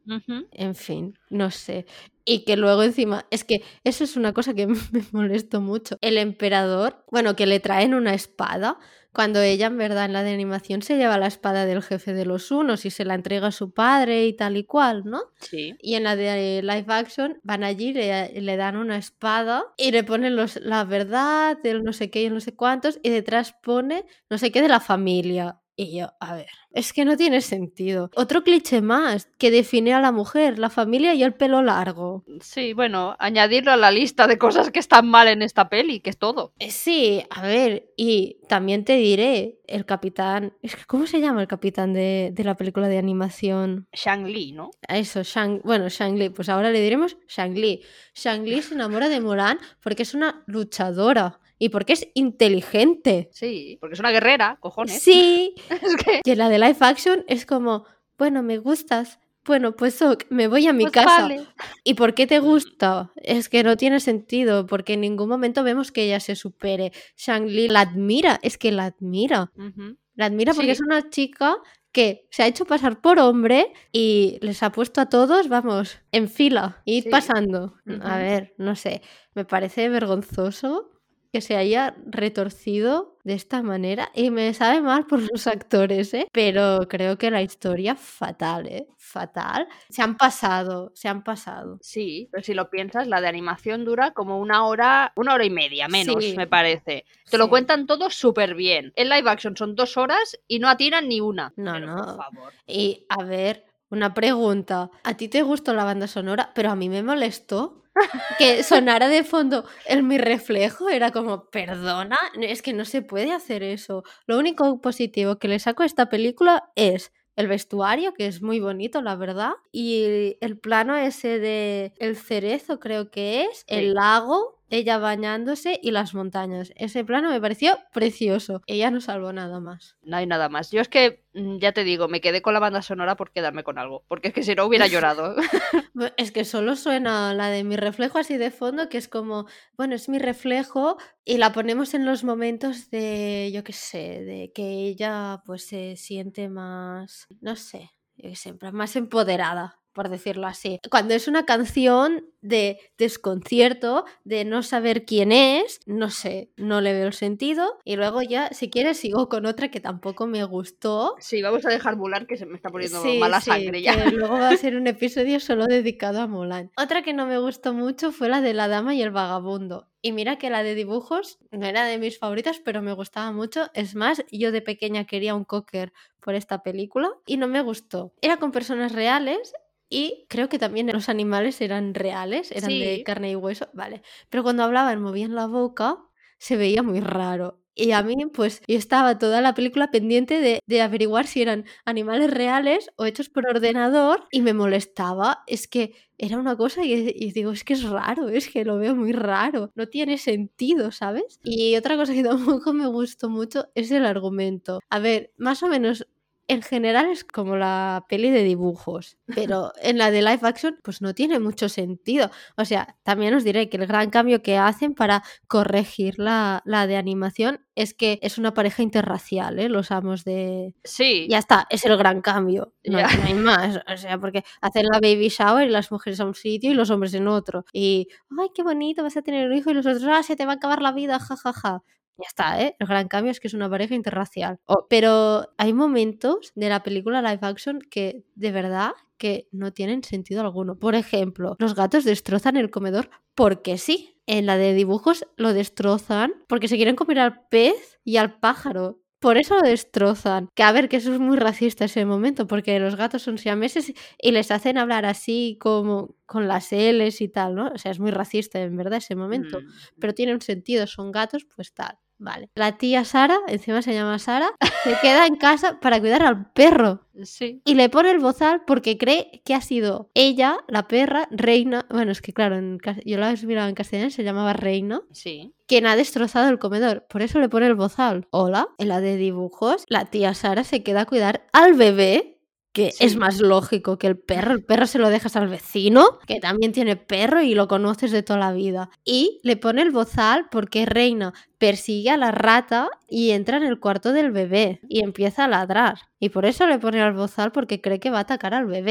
Ujú. En fin, no sé. Y que luego encima, es que eso es una cosa que me molestó mucho. El emperador, bueno, que le traen una espada, cuando ella en verdad en la de animación se lleva la espada del jefe de los Unos y se la entrega a su padre y tal y cual, ¿no? Sí. Y en la de live action van allí, le, le dan una espada y le ponen los, la verdad, el no sé qué y el no sé cuántos, y detrás pone no sé qué de la familia. Y yo, a ver, es que no tiene sentido. Otro cliché más que define a la mujer, la familia y el pelo largo. Sí, bueno, añadirlo a la lista de cosas que están mal en esta peli, que es todo. Eh, Sí, a ver, y también te diré, el capitán, es que ¿cómo se llama el capitán de, de la película de animación? Shang-Li, ¿no? A Eso, Shang, bueno, Shang-Li, pues ahora le diremos Shang-Li. Shang-Li se enamora de Mulan porque es una luchadora y porque es inteligente. Sí, porque es una guerrera, cojones. Sí, Es que, y en la de live action es como, bueno, me gustas, bueno, pues ok, me voy a mi pues casa. vale. ¿Y por qué te gusta? Es que no tiene sentido, porque en ningún momento vemos que ella se supere. Shang-Li la admira, es que la admira. Ujú. La admira porque Sí, es una chica que se ha hecho pasar por hombre y les ha puesto a todos, vamos, en fila, ir sí. pasando. A Ujú. ver, no sé, me parece vergonzoso que se haya retorcido de esta manera y me sabe mal por los actores, ¿eh? Pero creo que la historia fatal, ¿eh? Fatal. Se han pasado, se han pasado. Sí, pero si lo piensas, la de animación dura como una hora, una hora y media menos, Sí, me parece. Te lo sí. cuentan todo súper bien. En live action son dos horas y no atiran ni una. No, Pero por no. favor. Y a ver, una pregunta. ¿A ti te gustó la banda sonora? Pero a mí me molestó que sonara de fondo el Mi Reflejo. Era como, perdona, es que no se puede hacer eso. Lo único positivo que le saco a esta película es el vestuario, que es muy bonito, la verdad, y el plano ese de el cerezo, creo que es, el Sí. lago, ella bañándose y las montañas. Ese plano me pareció precioso. Ella no salvó nada más. No hay nada más. Yo es que, mm, ya te digo, me quedé con la banda sonora por quedarme con algo. Porque es que si no hubiera llorado. Bu- Es que solo suena la de Mi Reflejo así de fondo, que es como, bueno, es mi reflejo y la ponemos en los momentos de, yo qué sé, de que ella pues se siente más, no sé, yo qué sé, en plan, más empoderada, por decirlo así. Cuando es una canción de desconcierto, de no saber quién es, no sé, no le veo el sentido. Y luego ya, si quieres, sigo con otra que tampoco me gustó. Sí, vamos a dejar Mulan que se me está poniendo Sí, mala sí, sangre ya. que luego va a ser un episodio solo dedicado a Mulan. Otra que no me gustó mucho fue la de La Dama y el Vagabundo. Y mira que la de dibujos no era de mis favoritas, pero me gustaba mucho. Es más, yo de pequeña quería un cocker por esta película y no me gustó. Era con personas reales y creo que también los animales eran reales, eran de Sí, carne y hueso, vale. Pero cuando hablaban, movían la boca, se veía muy raro. Y a mí, pues, yo estaba toda la película pendiente de, de averiguar si eran animales reales o hechos por ordenador y me molestaba. Es que era una cosa y, y digo, es que es raro, es que lo veo muy raro, no tiene sentido, ¿sabes? Y otra cosa que tampoco me gustó mucho es el argumento. A ver, más o menos en general es como la peli de dibujos, pero en la de live action pues no tiene mucho sentido. O sea, también os diré que el gran cambio que hacen para corregir la, la de animación es que es una pareja interracial, ¿eh? Los amos de... sí. Ya está, es el gran cambio, no, Ya. no hay más. O sea, porque hacen la baby shower y las mujeres a un sitio y los hombres en otro. Y, ay, qué bonito, vas a tener un hijo y los otros, ah, se te va a acabar la vida, jajaja. Ja, ja. Ya está, ¿eh? El gran cambio es que es una pareja interracial. Oh, pero hay momentos de la película live action que de verdad que no tienen sentido alguno. Por ejemplo, los gatos destrozan el comedor porque sí. En la de dibujos lo destrozan porque se quieren comer al pez y al pájaro. Por eso lo destrozan. Que a ver, que eso es muy racista ese momento, porque los gatos son siameses y les hacen hablar así como con las L's y tal, ¿no? O sea, es muy racista en verdad ese momento. Mm. Pero tiene un sentido, son gatos, pues tal. Vale. La tía Sara, encima se llama Sara, se queda en casa para cuidar al perro. Sí. Y le pone el bozal porque cree que ha sido ella, la perra, Reina. Bueno, es que claro, en, yo la he mirado en castellano, se llamaba Reina. Sí. Quien ha destrozado el comedor. Por eso le pone el bozal. Hola. En la de dibujos, la tía Sara se queda a cuidar al bebé. Que Sí. es más lógico que el perro. El perro se lo dejas al vecino, que también tiene perro y lo conoces de toda la vida. Y le pone el bozal porque Reina persigue a la rata y entra en el cuarto del bebé y empieza a ladrar. Y por eso le pone el bozal porque cree que va a atacar al bebé.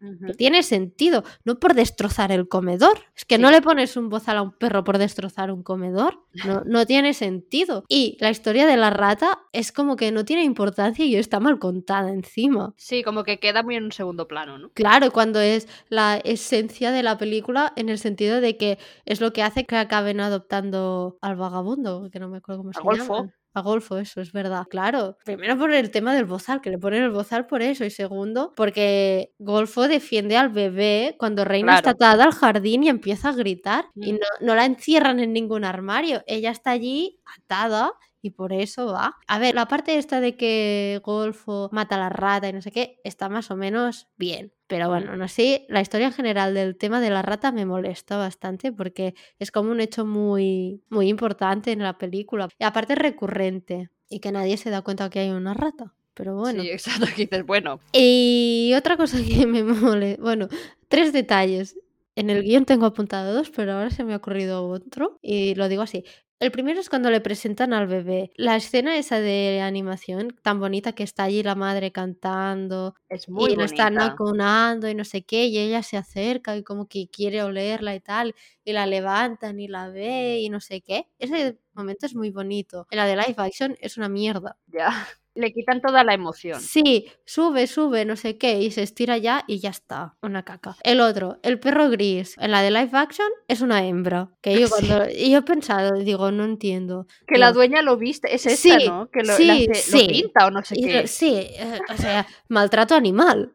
Ujú. Que tiene sentido, no por destrozar el comedor. Es que Sí. no le pones un bozal a un perro por destrozar un comedor. No, no tiene sentido. Y la historia de la rata es como que no tiene importancia y está mal contada encima. Sí, como que queda muy en un segundo plano, ¿no? Claro, cuando es la esencia de la película en el sentido de que es lo que hace que acaben adoptando al vagabundo, que no me acuerdo cómo A se Golfo. llama. A Golfo, eso es verdad. Claro, primero por el tema del bozal, que le ponen el bozal por eso, y segundo, porque Golfo defiende al bebé cuando Reina está Claro. atada al jardín y empieza a gritar. Y Mm. no, no la encierran en ningún armario. Ella está allí atada y por eso va. A ver, la parte esta de que Golfo mata a la rata y no sé qué, está más o menos bien. Pero bueno, Mm. no sé, la historia en general del tema de la rata me molesta bastante porque es como un hecho muy, muy importante en la película. Y aparte es recurrente y que nadie se da cuenta que hay una rata. Pero bueno. Sí, exacto, que dices, bueno. Y otra cosa que me molesta, bueno, tres detalles. En el guión tengo apuntado dos, pero ahora se me ha ocurrido otro y lo digo así. El primero es cuando le presentan al bebé. La escena esa de animación tan bonita que está allí la madre cantando Es muy y le están bonita. acunando y no sé qué, y ella se acerca y como que quiere olerla y tal, y la levantan y la ve y no sé qué. Ese momento es muy bonito. En la de live action es una mierda. Ya. Le quitan toda la emoción. Sí, sube, sube, no sé qué, y se estira ya y ya está, una caca. El otro, el perro gris, en la de live action es una hembra. Que yo Sí. cuando y yo he pensado, digo, no entiendo. Que Digo, la dueña lo viste, es esta, sí, ¿no? Que lo, la sí, hace- lo sí. pinta o no sé Y lo- qué. sí, eh, o sea, maltrato animal.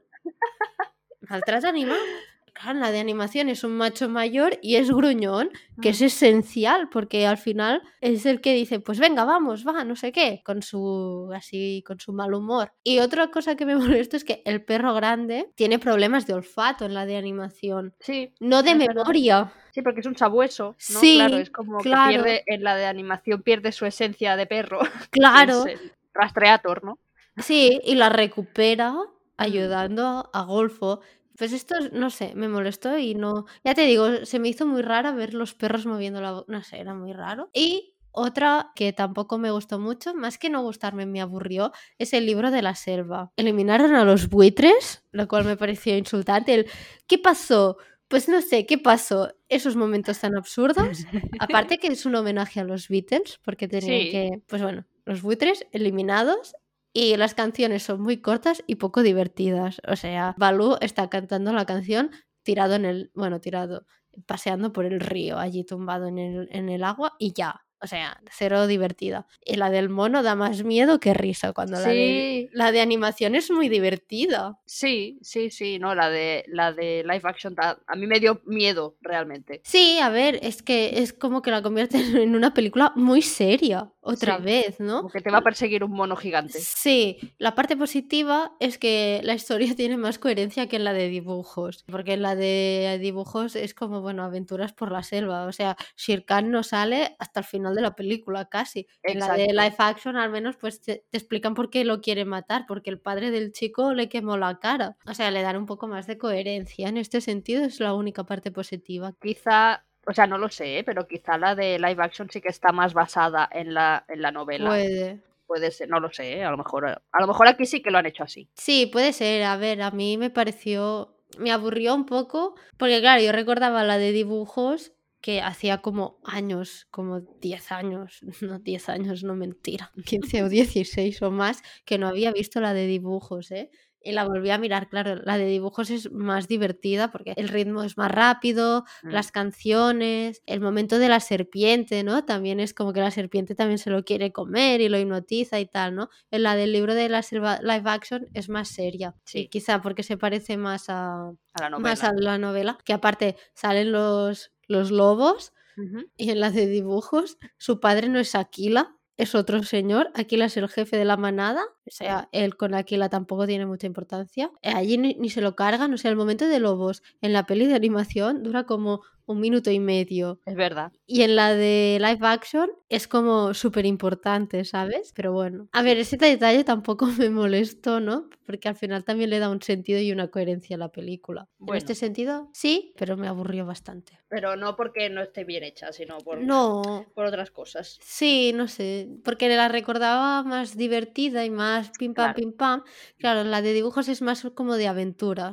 Maltrato animal. Claro, la de animación es un macho mayor y es gruñón, que es esencial, porque al final es el que dice, pues venga, vamos, va, no sé qué, con su así, con su mal humor. Y otra cosa que me molesta es que el perro grande tiene problemas de olfato en la de animación, Sí. no de es verdad. memoria. Sí, porque es un sabueso, ¿no? Sí, Claro, es como que claro, pierde, en la de animación pierde su esencia de perro, que es claro. el rastreator, ¿no? Sí, y la recupera Mm. ayudando a Golfo. Pues esto, es- no sé, me molestó y no... Ya te digo, se me hizo muy rara ver los perros moviendo la boca. No sé, era muy raro. Y otra que tampoco me gustó mucho, más que no gustarme, me aburrió, es el libro de la selva. Eliminaron a los buitres, lo cual me pareció insultante. El, ¿qué pasó? Pues no sé, ¿qué pasó? Esos momentos tan absurdos. Aparte que es un homenaje a los Beatles, porque tenían Sí. que... Pues bueno, los buitres eliminados. Y las canciones son muy cortas y poco divertidas. O sea, Balú está cantando la canción tirado en el... Bueno, tirado, paseando por el río, allí tumbado en el, en el agua y ya. O sea, cero divertida. Y la del mono da más miedo que risa, cuando la, de, Sí, la de animación es muy divertida. sí, sí, sí, no, la de la de live action ta- a mí me dio miedo realmente. Sí, a ver, es que es como que la convierten en una película muy seria, otra Sí, vez, ¿no? como que te va a perseguir un mono gigante. Sí, la parte positiva es que la historia tiene más coherencia que en la de dibujos, porque en la de dibujos es como, bueno, aventuras por la selva, o sea, Shere Khan no sale hasta el final de la película casi. En la de Exacto. live action al menos pues te, te explican por qué lo quiere matar, porque el padre del chico le quemó la cara. O sea, le dan un poco más de coherencia. En este sentido es la única parte positiva. Quizá, o sea, no lo sé, ¿eh? Pero quizá la de live action sí que está más basada en la, en la novela. Puede. Puede ser, no lo sé, ¿eh? A lo mejor, a lo mejor aquí sí que lo han hecho así. Sí, puede ser. A ver, a mí me pareció, me aburrió un poco, porque claro, yo recordaba la de dibujos que hacía como años, como diez años, no diez años, no mentira, quince o dieciséis o más, que no había visto la de dibujos, ¿eh? Y la volví a mirar, claro, la de dibujos es más divertida porque el ritmo es más rápido, Mm. las canciones, el momento de la serpiente, ¿no? También es como que la serpiente también se lo quiere comer y lo hipnotiza y tal, ¿no? En la del libro de la selva live action es más seria. Sí. Y quizá porque se parece más a, A la más novela. a la novela, que aparte salen los, los lobos Ujú. y en la de dibujos su padre no es Aquila, es otro señor. Aquila es el jefe de la manada, o sea, él con Aquila tampoco tiene mucha importancia. Eh, Allí ni, ni se lo cargan, o sea, el momento de lobos en la peli de animación dura como un minuto y medio. Es verdad. Y en la de live action es como súper importante, ¿sabes? Pero bueno. A ver, ese detalle tampoco me molestó, ¿no? Porque al final también le da un sentido y una coherencia a la película. Bueno. En este sentido, sí, pero me aburrió bastante. Pero no porque no esté bien hecha, sino por, No. por otras cosas. Sí, no sé, porque la recordaba más divertida y más pim pam Claro. pim pam. Claro, la de dibujos es más como de aventuras.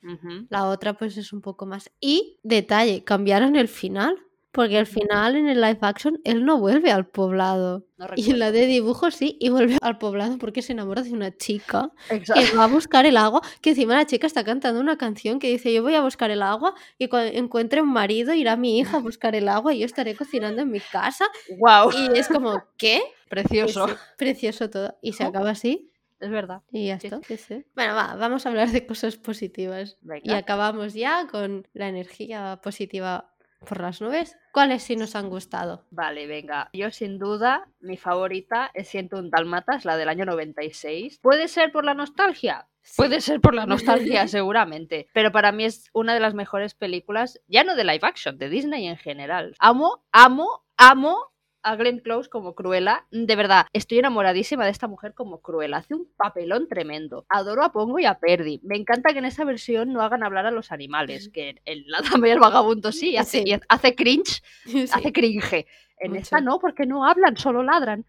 Ujú. La otra pues es un poco más. Y, detalle, cambiaron el final. Porque al final en el live action él no vuelve al poblado. No Y en la recuerdo. de dibujos sí, y vuelve al poblado porque se enamora de una chica que Exacto. va a buscar el agua, que encima la chica está cantando una canción que dice yo voy a buscar el agua y cuando encuentre un marido irá mi hija a buscar el agua y yo estaré cocinando en mi casa. Wow. Y es como, ¿qué? Y Precioso. sí, precioso todo. Y se Oh, acaba así es verdad. y ya Sí, está. sí. Sí, sí. Bueno, va, vamos a hablar de cosas positivas. Y Venga. acabamos ya con la energía positiva por las nubes. ¿Cuáles sí nos han gustado? Vale, venga. Yo sin duda, mi favorita es ciento un Dálmatas, la del año noventa y seis. ¿Puede ser por la nostalgia? Sí. Puede ser por la nostalgia, seguramente. Pero para mí es una de las mejores películas, ya no de live action, de Disney en general. Amo, amo, amo a Glenn Close como Cruella. De verdad, estoy enamoradísima de esta mujer como Cruella. Hace un papelón tremendo. Adoro a Pongo y a Perdi. Me encanta que en esa versión no hagan hablar a los animales, que en La Dama y el Vagabundo sí, hace, Sí. y hace cringe, Sí, hace cringe. En mucho. esta no, porque no hablan, solo ladran.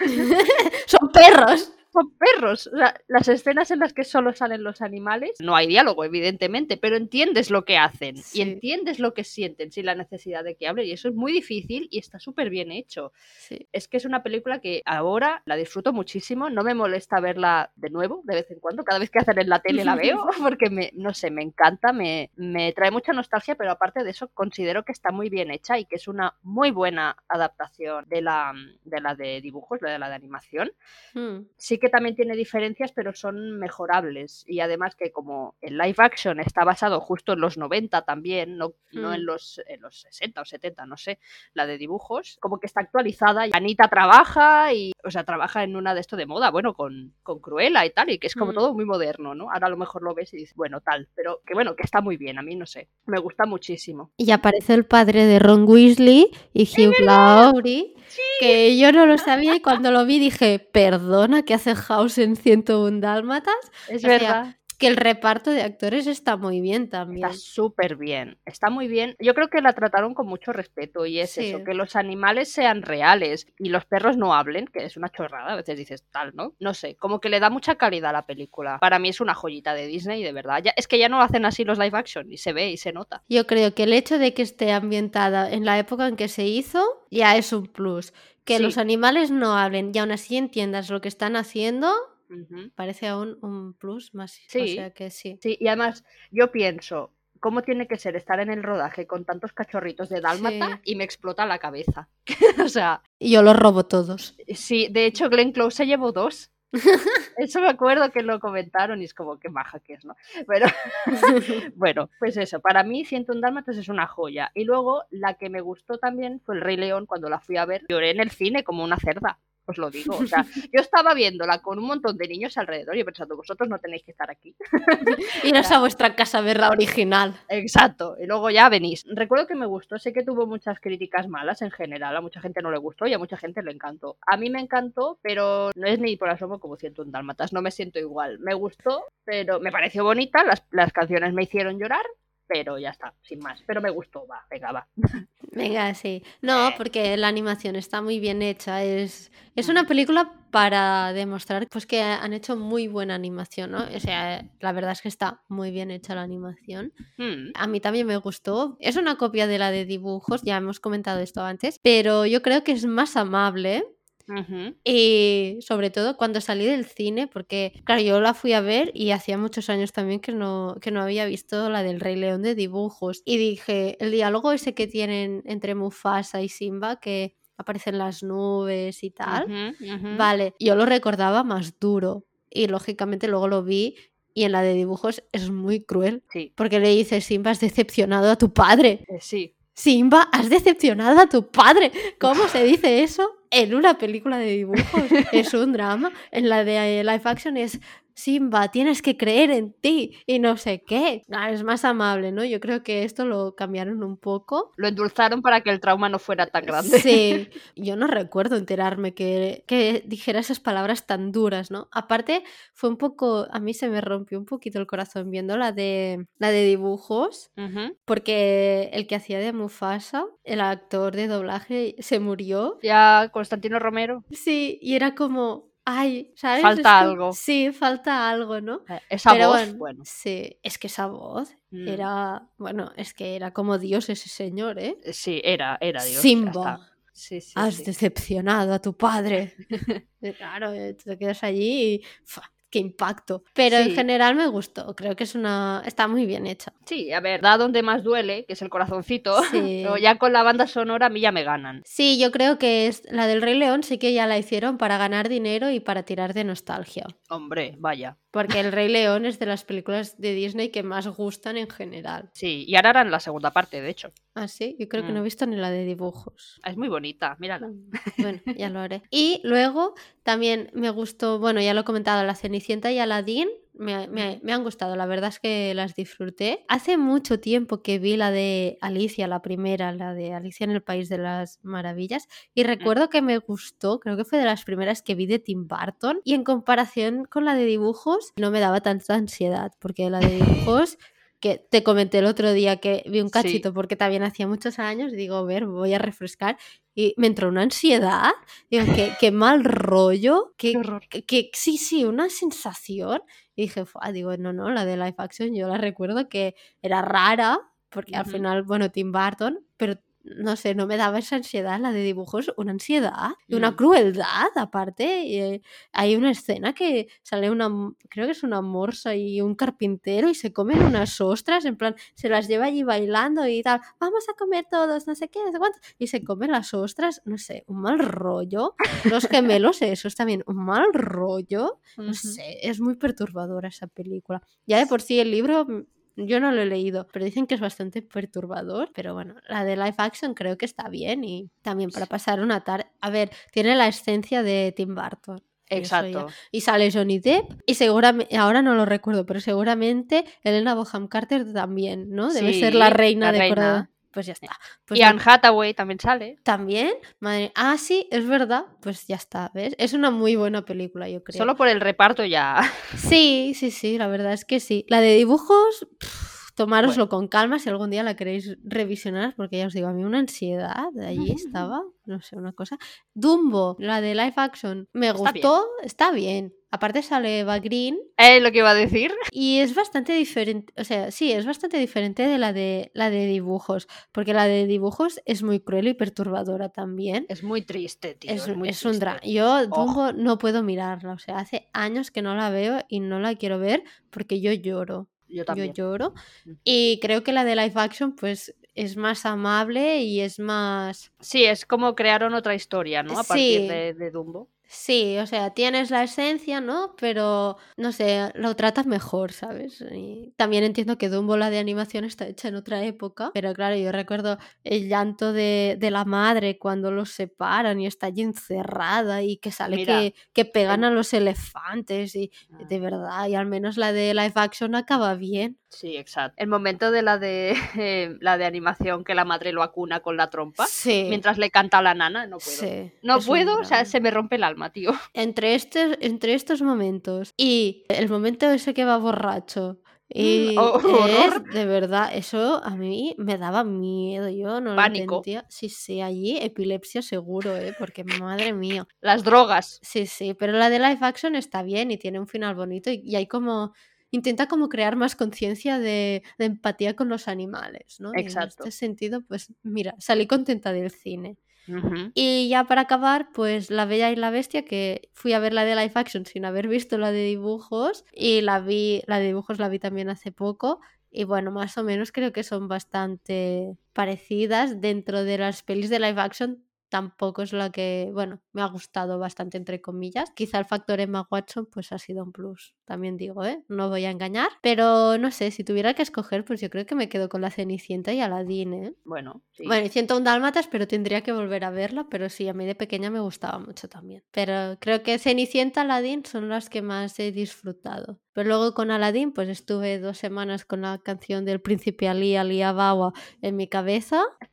Son perros. Son perros. O sea, las escenas en las que solo salen los animales, no hay diálogo, evidentemente, pero entiendes lo que hacen Sí. y entiendes lo que sienten sin la necesidad de que hablen. Y eso es muy difícil y está súper bien hecho. Sí. Es que es una película que ahora la disfruto muchísimo. No me molesta verla de nuevo, de vez en cuando. Cada vez que hacen en la tele la veo, porque me, no sé, me encanta, me, me trae mucha nostalgia, pero aparte de eso considero que está muy bien hecha y que es una muy buena adaptación de la de, la de dibujos, de la de animación. Mm. Sí que también tiene diferencias, pero son mejorables. Y además que como el live action está basado justo en los noventa también, no, no Mm. en, los, en los sesenta o setenta, no sé, la de dibujos, como que está actualizada. Y Anita trabaja y, o sea, trabaja en una de esto de moda, bueno, con, con Cruella y tal, y que es como Mm. todo muy moderno, ¿no? Ahora a lo mejor lo ves y dices, bueno, tal, pero que bueno, que está muy bien, a mí no sé, me gusta muchísimo. Y aparece el padre de Ron Weasley y Hugh Laurie, Sí. que yo no lo sabía y cuando lo vi dije, perdona, ¿qué hace House en ciento un Dálmatas? Es O sea, verdad. que el reparto de actores está muy bien también. Está súper bien, está muy bien. Yo creo que la trataron con mucho respeto y es Sí. eso, que los animales sean reales y los perros no hablen, que es una chorrada, a veces dices tal, ¿no? No sé, como que le da mucha calidad a la película. Para mí es una joyita de Disney, de verdad. Ya, es que ya no hacen así los live action y se ve y se nota. Yo creo que el hecho de que esté ambientada en la época en que se hizo ya es un plus. Que Sí. los animales no hablen y aún así entiendas lo que están haciendo, Ujú. parece aún un plus más. Sí. O sea que sí. Sí, y además yo pienso, ¿cómo tiene que ser estar en el rodaje con tantos cachorritos de dálmata? Sí. Y me explota la cabeza. O sea, Y yo los robo todos. sí, de hecho Glenn Close se llevó dos. Eso me acuerdo que lo comentaron y es como, qué maja que es, ¿no? Pero bueno, pues eso, para mí ciento un Dálmatas es una joya. Y luego la que me gustó también fue El Rey León. Cuando la fui a ver, lloré en el cine como una cerda. Os lo digo, o sea, yo estaba viéndola con un montón de niños alrededor y pensando, vosotros no tenéis que estar aquí. Iros a vuestra casa a ver la original. Exacto, y luego ya venís. Recuerdo que me gustó, sé que tuvo muchas críticas malas en general, a mucha gente no le gustó y a mucha gente le encantó. A mí me encantó, pero no es ni por asomo como ciento un Dálmatas, no me siento igual. Me gustó, pero me pareció bonita, las, las canciones me hicieron llorar, pero ya está, sin más. Pero me gustó, va, venga, va. Venga, sí. No, porque la animación está muy bien hecha. Es, es una película para demostrar pues, que han hecho muy buena animación, ¿no? O sea, la verdad es que está muy bien hecha la animación. Hmm. A mí también me gustó. Es una copia de la de dibujos, ya hemos comentado esto antes, pero yo creo que es más amable. Uh-huh. Y sobre todo cuando salí del cine, porque claro, yo la fui a ver y hacía muchos años también que no, que no había visto la del Rey León de dibujos. Y dije, el diálogo ese que tienen entre Mufasa y Simba, que aparecen las nubes y tal, Uh-huh, uh-huh. vale, yo lo recordaba más duro. Y lógicamente luego lo vi y en la de dibujos es muy cruel. Sí. Porque le dice, Simba, has decepcionado a tu padre. Eh, sí. Simba, has decepcionado a tu padre. ¿Cómo se dice eso en una película de dibujos? Es un drama. En la de live action es Simba, tienes que creer en ti y no sé qué. Ah, es más amable, ¿no? Yo creo que esto lo cambiaron un poco. Lo endulzaron para que el trauma no fuera tan grande. Sí, yo no recuerdo enterarme que, que dijera esas palabras tan duras, ¿no? Aparte, fue un poco, a mí se me rompió un poquito el corazón viendo la de, la de dibujos, Uh-huh. porque el que hacía de Mufasa, el actor de doblaje, se murió. Ya Constantino Romero. Sí, y era como, ay, ¿sabes? Falta Es como, algo. sí, falta algo, ¿no? Eh, Esa Pero voz, bueno, bueno. sí, es que esa voz Mm. era, bueno, es que era como Dios ese señor, ¿eh? Eh, Sí, era, era Dios. Simba, Hasta... Sí, sí, has sí. decepcionado a tu padre. Y claro, eh, te quedas allí y ¡fua! ¡Qué impacto! Pero en Sí, general me gustó, creo que es una, está muy bien hecha. sí, a ver, da donde más duele, que es el corazoncito, pero Sí. ya con la banda sonora a mí ya me ganan. Sí, yo creo que es la del Rey León sí que ya la hicieron para ganar dinero y para tirar de nostalgia. Hombre, vaya. Porque el Rey León es de las películas de Disney que más gustan en general. Sí, y ahora harán la segunda parte, de hecho. Ah, sí, yo creo que no he Mm. visto ni la de dibujos. Es muy bonita, mírala. Mm, Bueno, ya lo haré. Y luego también me gustó, bueno, ya lo he comentado, La Cenicienta y Aladín. Me, me- Ujú. me han gustado, la verdad es que las disfruté. Hace mucho tiempo que vi la de Alicia, la primera, la de Alicia en el País de las Maravillas, y recuerdo que me gustó, creo que fue de las primeras que vi de Tim Burton, y en comparación con la de dibujos no me daba tanta ansiedad, porque la de dibujos, que te comenté el otro día que vi un Sí, cachito porque también hacía muchos años, digo, a ver, voy a refrescar, y me entró una ansiedad, digo, qué, qué mal rollo, qué que, horror. que, que- sí, sí, una sensación. Y dije, "Fua", digo, no, no, la de live action yo la recuerdo que era rara, porque al Ujú. final, bueno, Tim Burton, pero no sé, no me daba esa ansiedad, la de dibujos, una ansiedad y una Mm. crueldad aparte. Y, eh, hay una escena que sale una, m- creo que es una morsa y un carpintero y se comen unas ostras, en plan, se las lleva allí bailando y tal, vamos a comer todos, no sé qué, no sé cuánto, y se comen las ostras, no sé, un mal rollo. Los gemelos, esos también, un mal rollo. No Ujú. sé, es muy perturbadora esa película. Ya de por sí el libro mm, yo no lo he leído, pero dicen que es bastante perturbador. Pero bueno, la de live action creo que está bien y también para pasar una tarde. A ver, tiene la esencia de Tim Burton. Y eso ya. Exacto. Y sale Johnny Depp y seguramente, ahora no lo recuerdo, pero seguramente Helena Bonham Carter también, ¿no? Debe ser la Sí, reina la de reina. Corea. Pues ya está. Pues Y no, Anne Hathaway también sale. también, madre. Ah, sí, es verdad. Pues ya está, ¿ves? Es una muy buena película, yo creo. Solo por el reparto ya. Sí, sí, sí, la verdad es que sí. La de dibujos, pff, tomároslo Bueno. con calma si algún día la queréis revisionar, porque ya os digo, a mí una ansiedad de allí estaba, no sé, una cosa. Dumbo, la de live action, me Está bien. gustó, está bien. Aparte sale Eva Green Es lo que iba a decir. y es bastante diferente, o sea, sí, es bastante diferente de la de la de dibujos, porque la de dibujos es muy cruel y perturbadora también. Es muy triste, tío. Es, Es, muy es un triste. drama. Yo Oh, Dumbo no puedo mirarla, o sea, hace años que no la veo y no la quiero ver porque yo lloro. yo Yo también. lloro. Mm. Y creo que la de live action, pues, es más amable y es más. Sí, es como crearon otra historia, ¿no? A partir Sí, de, de Dumbo. sí, o sea, tienes la esencia, ¿no? Pero, no sé, lo tratas mejor, ¿sabes? Y también entiendo que Dumbo, la de animación, está hecha en otra época, pero claro, yo recuerdo el llanto de, de la madre cuando los separan y está allí encerrada y que sale Mira, que, que pegan el- a los elefantes y Ah, de verdad, y al menos la de live action acaba bien. sí, exacto. El momento de la de la de animación que la madre lo acuna con la trompa Sí, mientras le canta a la nana, no puedo. sí. No es un puedo, o sea, drama. se me rompe el alma, tío. Entre estos, entre estos momentos y el momento ese que va borracho Mm, y oh, es horror. de verdad, eso a mí me daba miedo, yo no lo Pánico. entendía. Sí, sí, allí epilepsia seguro, ¿eh? Porque madre mía. Las drogas. Sí, sí, pero la de live action está bien y tiene un final bonito y, y hay como, intenta como crear más conciencia de, de empatía con los animales, ¿no? Y en Exacto. este sentido, pues mira, salí contenta del cine. Ujú. Y ya para acabar, pues La Bella y la Bestia, que fui a ver la de live action sin haber visto la de dibujos y la vi, la de dibujos la vi también hace poco y bueno, más o menos creo que son bastante parecidas dentro de las pelis de live action. Tampoco es la que, bueno, me ha gustado bastante entre comillas. Quizá el factor Emma Watson pues ha sido un plus, también digo, ¿eh? No voy a engañar, pero no sé, si tuviera que escoger, pues yo creo que me quedo con la Cenicienta y Aladdin, ¿eh? Bueno, sí. Bueno, y ciento un dálmatas, pero tendría que volver a verla, pero sí, a mí de pequeña me gustaba mucho también. Pero creo que Cenicienta, Aladdin son las que más he disfrutado. Pero luego con Aladdin, pues estuve dos semanas con la canción del príncipe Ali, Ali Abawa en mi cabeza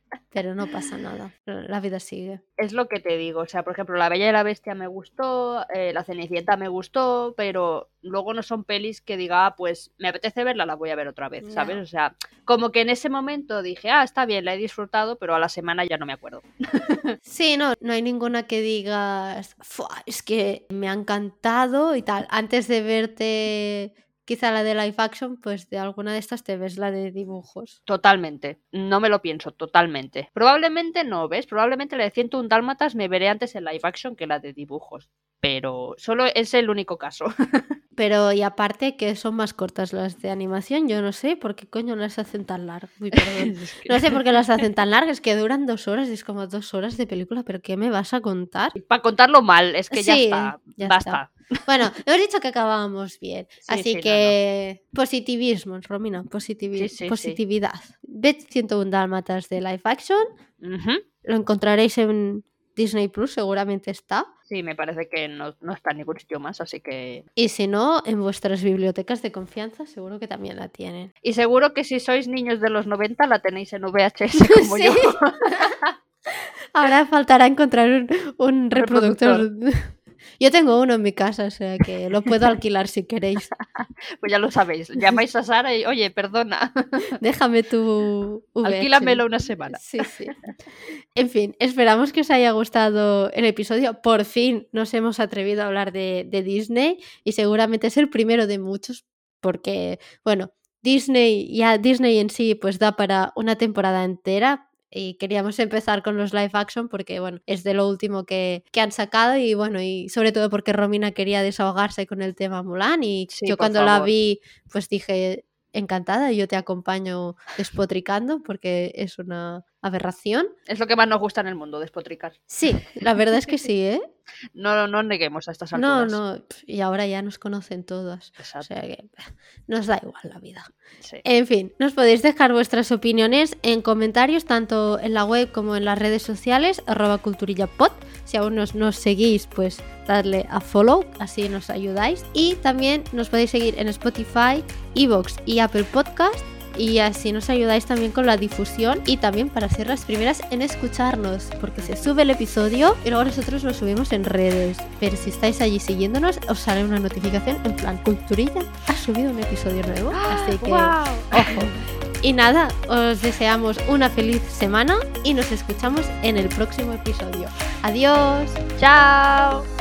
Pero no pasa nada, la vida sigue. Es lo que te digo, o sea, por ejemplo, La Bella y la Bestia me gustó, eh, La Cenicienta me gustó, pero luego no son pelis que diga, ah, pues me apetece verla, la voy a ver otra vez, ¿sabes? No. O sea, como que en ese momento dije, ah, está bien, la he disfrutado, pero a la semana ya no me acuerdo. Sí, no, no hay ninguna que digas, es que me ha encantado y tal. Antes de verte quizá la de live action, pues de alguna de estas te ves la de dibujos. Totalmente, no me lo pienso, totalmente. Probablemente no, ¿ves? Probablemente la de ciento uno Dálmatas me veré antes en live action que la de dibujos, pero solo es el único caso. Pero y aparte que son más cortas las de animación, yo no sé por qué coño las hacen tan largas. Uy, perdón. Es que... No sé por qué las hacen tan largas, que duran dos horas y es como dos horas de película, pero ¿qué me vas a contar? Para contarlo mal, es que sí, ya está, ya basta. Está. Bueno, hemos dicho que acabábamos bien, sí, así sí, que no, no. Positivismo, Romina, positivi- sí, sí, positividad. Sí. Ved ciento uno Dálmatas de live action, uh-huh. Lo encontraréis en Disney Plus, seguramente está. Sí, me parece que no, no está en ningún sitio más, así que... Y si no, en vuestras bibliotecas de confianza seguro que también la tienen. Y seguro que si sois niños de los noventa la tenéis en V H S como ¿Sí? yo. Ahora faltará encontrar un, un reproductor. reproductor. Yo tengo uno en mi casa, o sea que lo puedo alquilar si queréis. Pues ya lo sabéis, llamáis a Sara y, oye, perdona. Déjame tu V H. Alquílamelo una semana. Sí, sí. En fin, esperamos que os haya gustado el episodio. Por fin nos hemos atrevido a hablar de, de Disney y seguramente es el primero de muchos porque, bueno, Disney, ya Disney en sí pues da para una temporada entera. Y queríamos empezar con los live action porque, bueno, es de lo último que, que han sacado y, bueno, y sobre todo porque Romina quería desahogarse con el tema Mulan y sí, yo cuando favor. la vi, pues dije, encantada, yo te acompaño despotricando porque es una aberración. Es lo que más nos gusta en el mundo, despotricar. Sí, la verdad es que sí, ¿eh? No, no neguemos a estas No, alturas. no, y ahora ya nos conocen todas. Exacto. O sea que nos da igual la vida. Sí. En fin, nos podéis dejar vuestras opiniones en comentarios, tanto en la web como en las redes sociales, arroba culturillapod. Si aún nos, nos seguís, pues darle a follow, así nos ayudáis. Y también nos podéis seguir en Spotify, iVoox y Apple Podcast. Y así nos ayudáis también con la difusión y también para ser las primeras en escucharnos, porque se sube el episodio y luego nosotros lo subimos en redes. Pero si estáis allí siguiéndonos, os sale una notificación en plan, Culturilla ha subido un episodio nuevo, así que wow. ojo. Y nada, os deseamos una feliz semana y nos escuchamos en el próximo episodio. Adiós. Chao.